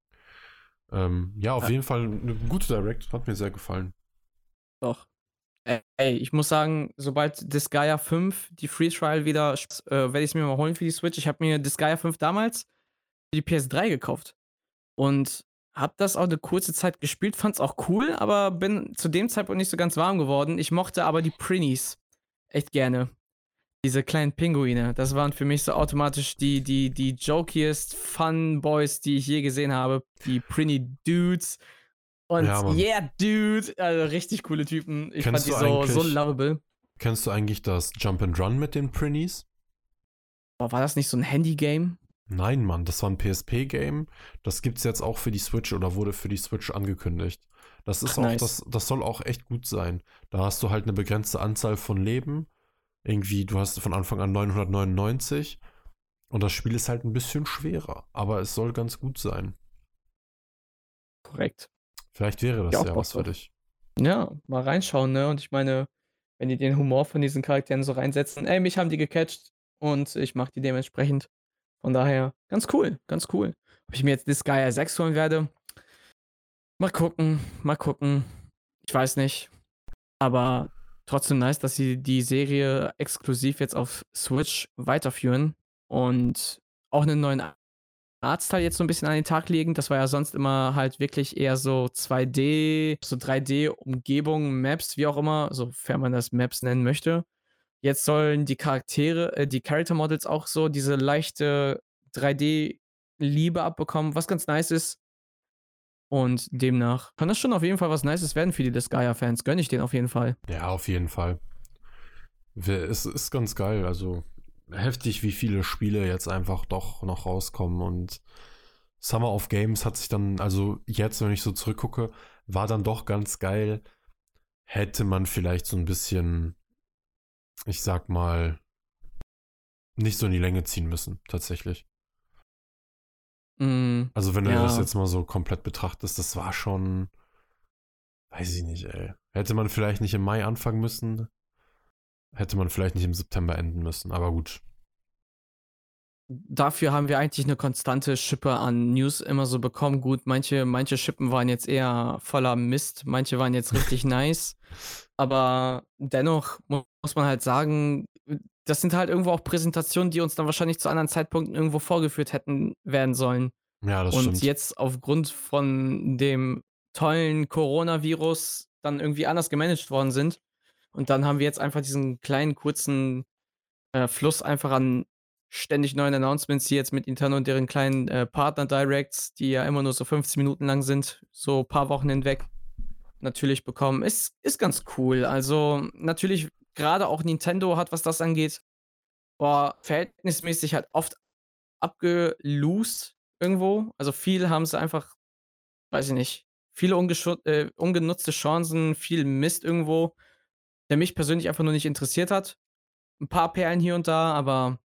Ähm, ja, auf Ja, jeden Fall eine gute Direct, hat mir sehr gefallen. doch. Ey, ey, ich muss sagen, sobald Disgaea fünf die Free Trial wieder sp äh, werde ich's mir mal holen für die Switch. Ich habe mir Disgaea fünf damals für die P S drei gekauft und habe das auch 'ne kurze Zeit gespielt, fand's auch cool, aber bin zu dem Zeitpunkt nicht so ganz warm geworden. Ich mochte aber die Prinnies echt gerne. Diese kleinen Pinguine, das waren für mich so automatisch die die die jokiest Fun-Boys, die ich je gesehen habe. Die Prinny-Dudes Ja, und Mann. yeah, dude, also richtig coole Typen. Ich fand Kennst die du so so eigentlich, lovable. kennst du eigentlich das Jump and Run mit den Prinnies? Boah, war das nicht so 'n Handy-Game? Nein, Mann, das war ein P S P-Game. Das gibt's jetzt auch für die Switch oder wurde für die Switch angekündigt. Das Ach, ist auch, nice. das, das soll auch echt gut sein. Da hast du halt eine begrenzte Anzahl von Leben. Irgendwie, du hast von Anfang an neunhundertneunundneunzig. Und das Spiel ist halt ein bisschen schwerer. Aber es soll ganz gut sein. Korrekt. Vielleicht wäre Ja, das auch ja Bock was für drauf. dich. Ja, mal reinschauen, ne? Und ich meine, wenn die den Humor von diesen Charakteren so reinsetzen ey, mich haben die gecatcht und ich mag die dementsprechend. Von daher ganz cool, ganz cool. Ob ich mir jetzt Disgaea sechs holen werde? Mal gucken, mal gucken. Ich weiß nicht, aber trotzdem nice, dass sie die Serie exklusiv jetzt auf Switch weiterführen und auch 'nen neuen Artstyle jetzt so 'n bisschen an den Tag legen. Das war ja sonst immer halt wirklich eher so zwei D, so drei D-Umgebungen, Maps, wie auch immer, sofern man das Maps nennen möchte. Jetzt sollen die Charaktere äh, die Character Models auch so diese leichte drei D-Liebe abbekommen, was ganz nice ist. Und demnach kann das schon auf jeden Fall was Nices werden für die Disgaea-Fans. Gönne ich denen auf jeden Fall. Ja, auf jeden Fall. Wir- Es ist ganz geil. Also heftig, wie viele Spiele jetzt einfach doch noch rauskommen. Und Summer of Games hat sich dann, also jetzt, wenn ich so zurückgucke, war dann doch ganz geil. Hätte man vielleicht so ein bisschen, ich sag mal, nicht so in die Länge ziehen müssen, tatsächlich. Hm, Also wenn du das ja. jetzt mal so komplett betrachtest, das war schon, weiß ich nicht, ey. Hätte man vielleicht nicht im Mai anfangen müssen, hätte man vielleicht nicht im September enden müssen, aber gut. Dafür haben wir eigentlich 'ne konstante Schippe an News immer so bekommen. Gut, manche manche Schippen waren jetzt eher voller Mist, manche waren jetzt richtig nice, aber dennoch mu muss man halt sagen, das sind halt irgendwo auch Präsentationen, die uns dann wahrscheinlich zu anderen Zeitpunkten irgendwo vorgeführt hätten werden sollen. Ja, das Und stimmt. jetzt aufgrund von dem tollen Coronavirus dann irgendwie anders gemanagt worden sind. Und dann haben wir jetzt einfach diesen kleinen, kurzen, äh, Fluss einfach an ständig neuen Announcements, hier jetzt mit Nintendo und deren kleinen, äh, Partner-Directs, die ja immer nur so fünfzehn Minuten lang sind, so paar Wochen hinweg. natürlich bekommen. Ist ist ganz cool. Also, natürlich grade auch Nintendo hat, was das angeht, boah, verhältnismäßig halt oft abgelost irgendwo. Also, viel haben sie einfach, weiß ich nicht, viele ungeschu äh, ungenutzte Chancen, viel Mist irgendwo, der mich persönlich einfach nur nicht interessiert hat. 'N paar Perlen hier und da, aber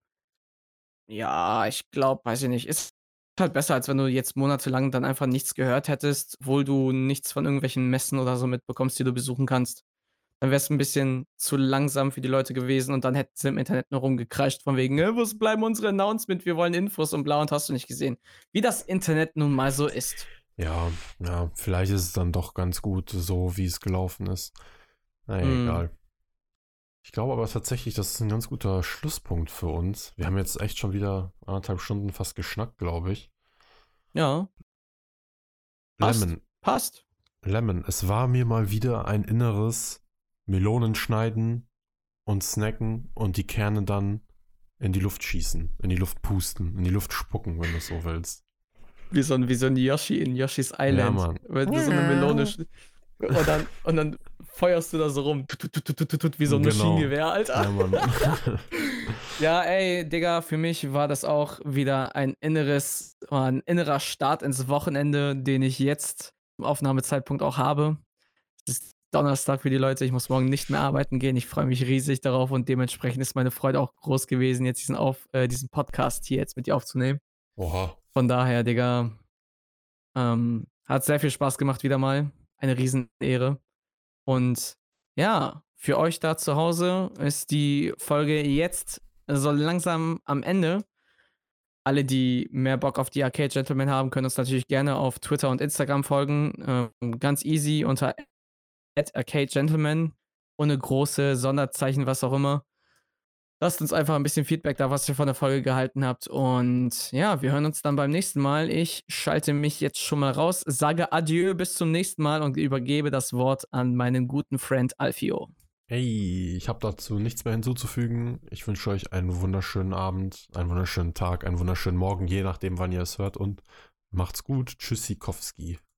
ja, ich glaube, weiß ich nicht, ist halt besser, als wenn du jetzt monatelang dann einfach nichts gehört hättest, obwohl du nichts von irgendwelchen Messen oder so mitbekommst, die du besuchen kannst. Dann wär's 'n bisschen zu langsam für die Leute gewesen und dann hätten sie im Internet nur rumgekreischt von wegen: „Äh, wo bleiben unsere Announcement? Wir wollen Infos und bla und hast du nicht gesehen." Wie das Internet nun mal so ist. Ja, ja, vielleicht ist es dann doch ganz gut, so wie es gelaufen ist. Na ja, Mhm. egal. Ich glaube aber tatsächlich, das ist ein ganz guter Schlusspunkt für uns. Wir haben jetzt echt schon wieder anderthalb Stunden fast geschnackt, glaube ich. Ja, passt, Lemon, passt. Lemon, es war mir mal wieder ein inneres Melonen schneiden und snacken und die Kerne dann in die Luft schießen, in die Luft pusten, in die Luft spucken, wenn du es so willst. Wie so 'n wie so 'n Yoshi in Yoshi's Ja, Island, Mann. wenn du so 'ne Melone Ja. sch und dann und dann feuerst du da so rum, tut, tut, tut, tut, tut, tut, wie so 'n Genau. Maschinengewehr, Alter. Ja, Mann. Ja, ey, Digga, für mich war das auch wieder ein inneres war 'n innerer Start ins Wochenende, den ich jetzt zum Aufnahmezeitpunkt auch habe. Es ist Donnerstag für die Leute, ich muss morgen nicht mehr arbeiten gehen. Ich freue mich riesig darauf und dementsprechend ist meine Freude auch groß gewesen, jetzt diesen auf äh, diesen Podcast hier jetzt mit dir aufzunehmen. Oha. Von daher, Digga, ähm, hat sehr viel Spaß gemacht wieder mal. Eine Riesenehre. Und ja, für euch da zu Hause ist die Folge jetzt so langsam am Ende. Alle, die mehr Bock auf die Arcade Gentlemen haben, können uns natürlich gerne auf Twitter und Instagram folgen. Ähm, ganz easy unter at Arcade Gentlemen, ohne große Sonderzeichen, was auch immer. Lasst uns einfach ein bisschen Feedback da, was ihr von der Folge gehalten habt. Und ja, wir hören uns dann beim nächsten Mal. Ich schalte mich jetzt schon mal raus, sage Adieu, bis zum nächsten Mal und übergebe das Wort an meinen guten Freund Alfio. Hey, ich habe dazu nichts mehr hinzuzufügen. Ich wünsche euch einen wunderschönen Abend, einen wunderschönen Tag, einen wunderschönen Morgen, je nachdem, wann ihr es hört. Und macht's gut. Tschüssikowski.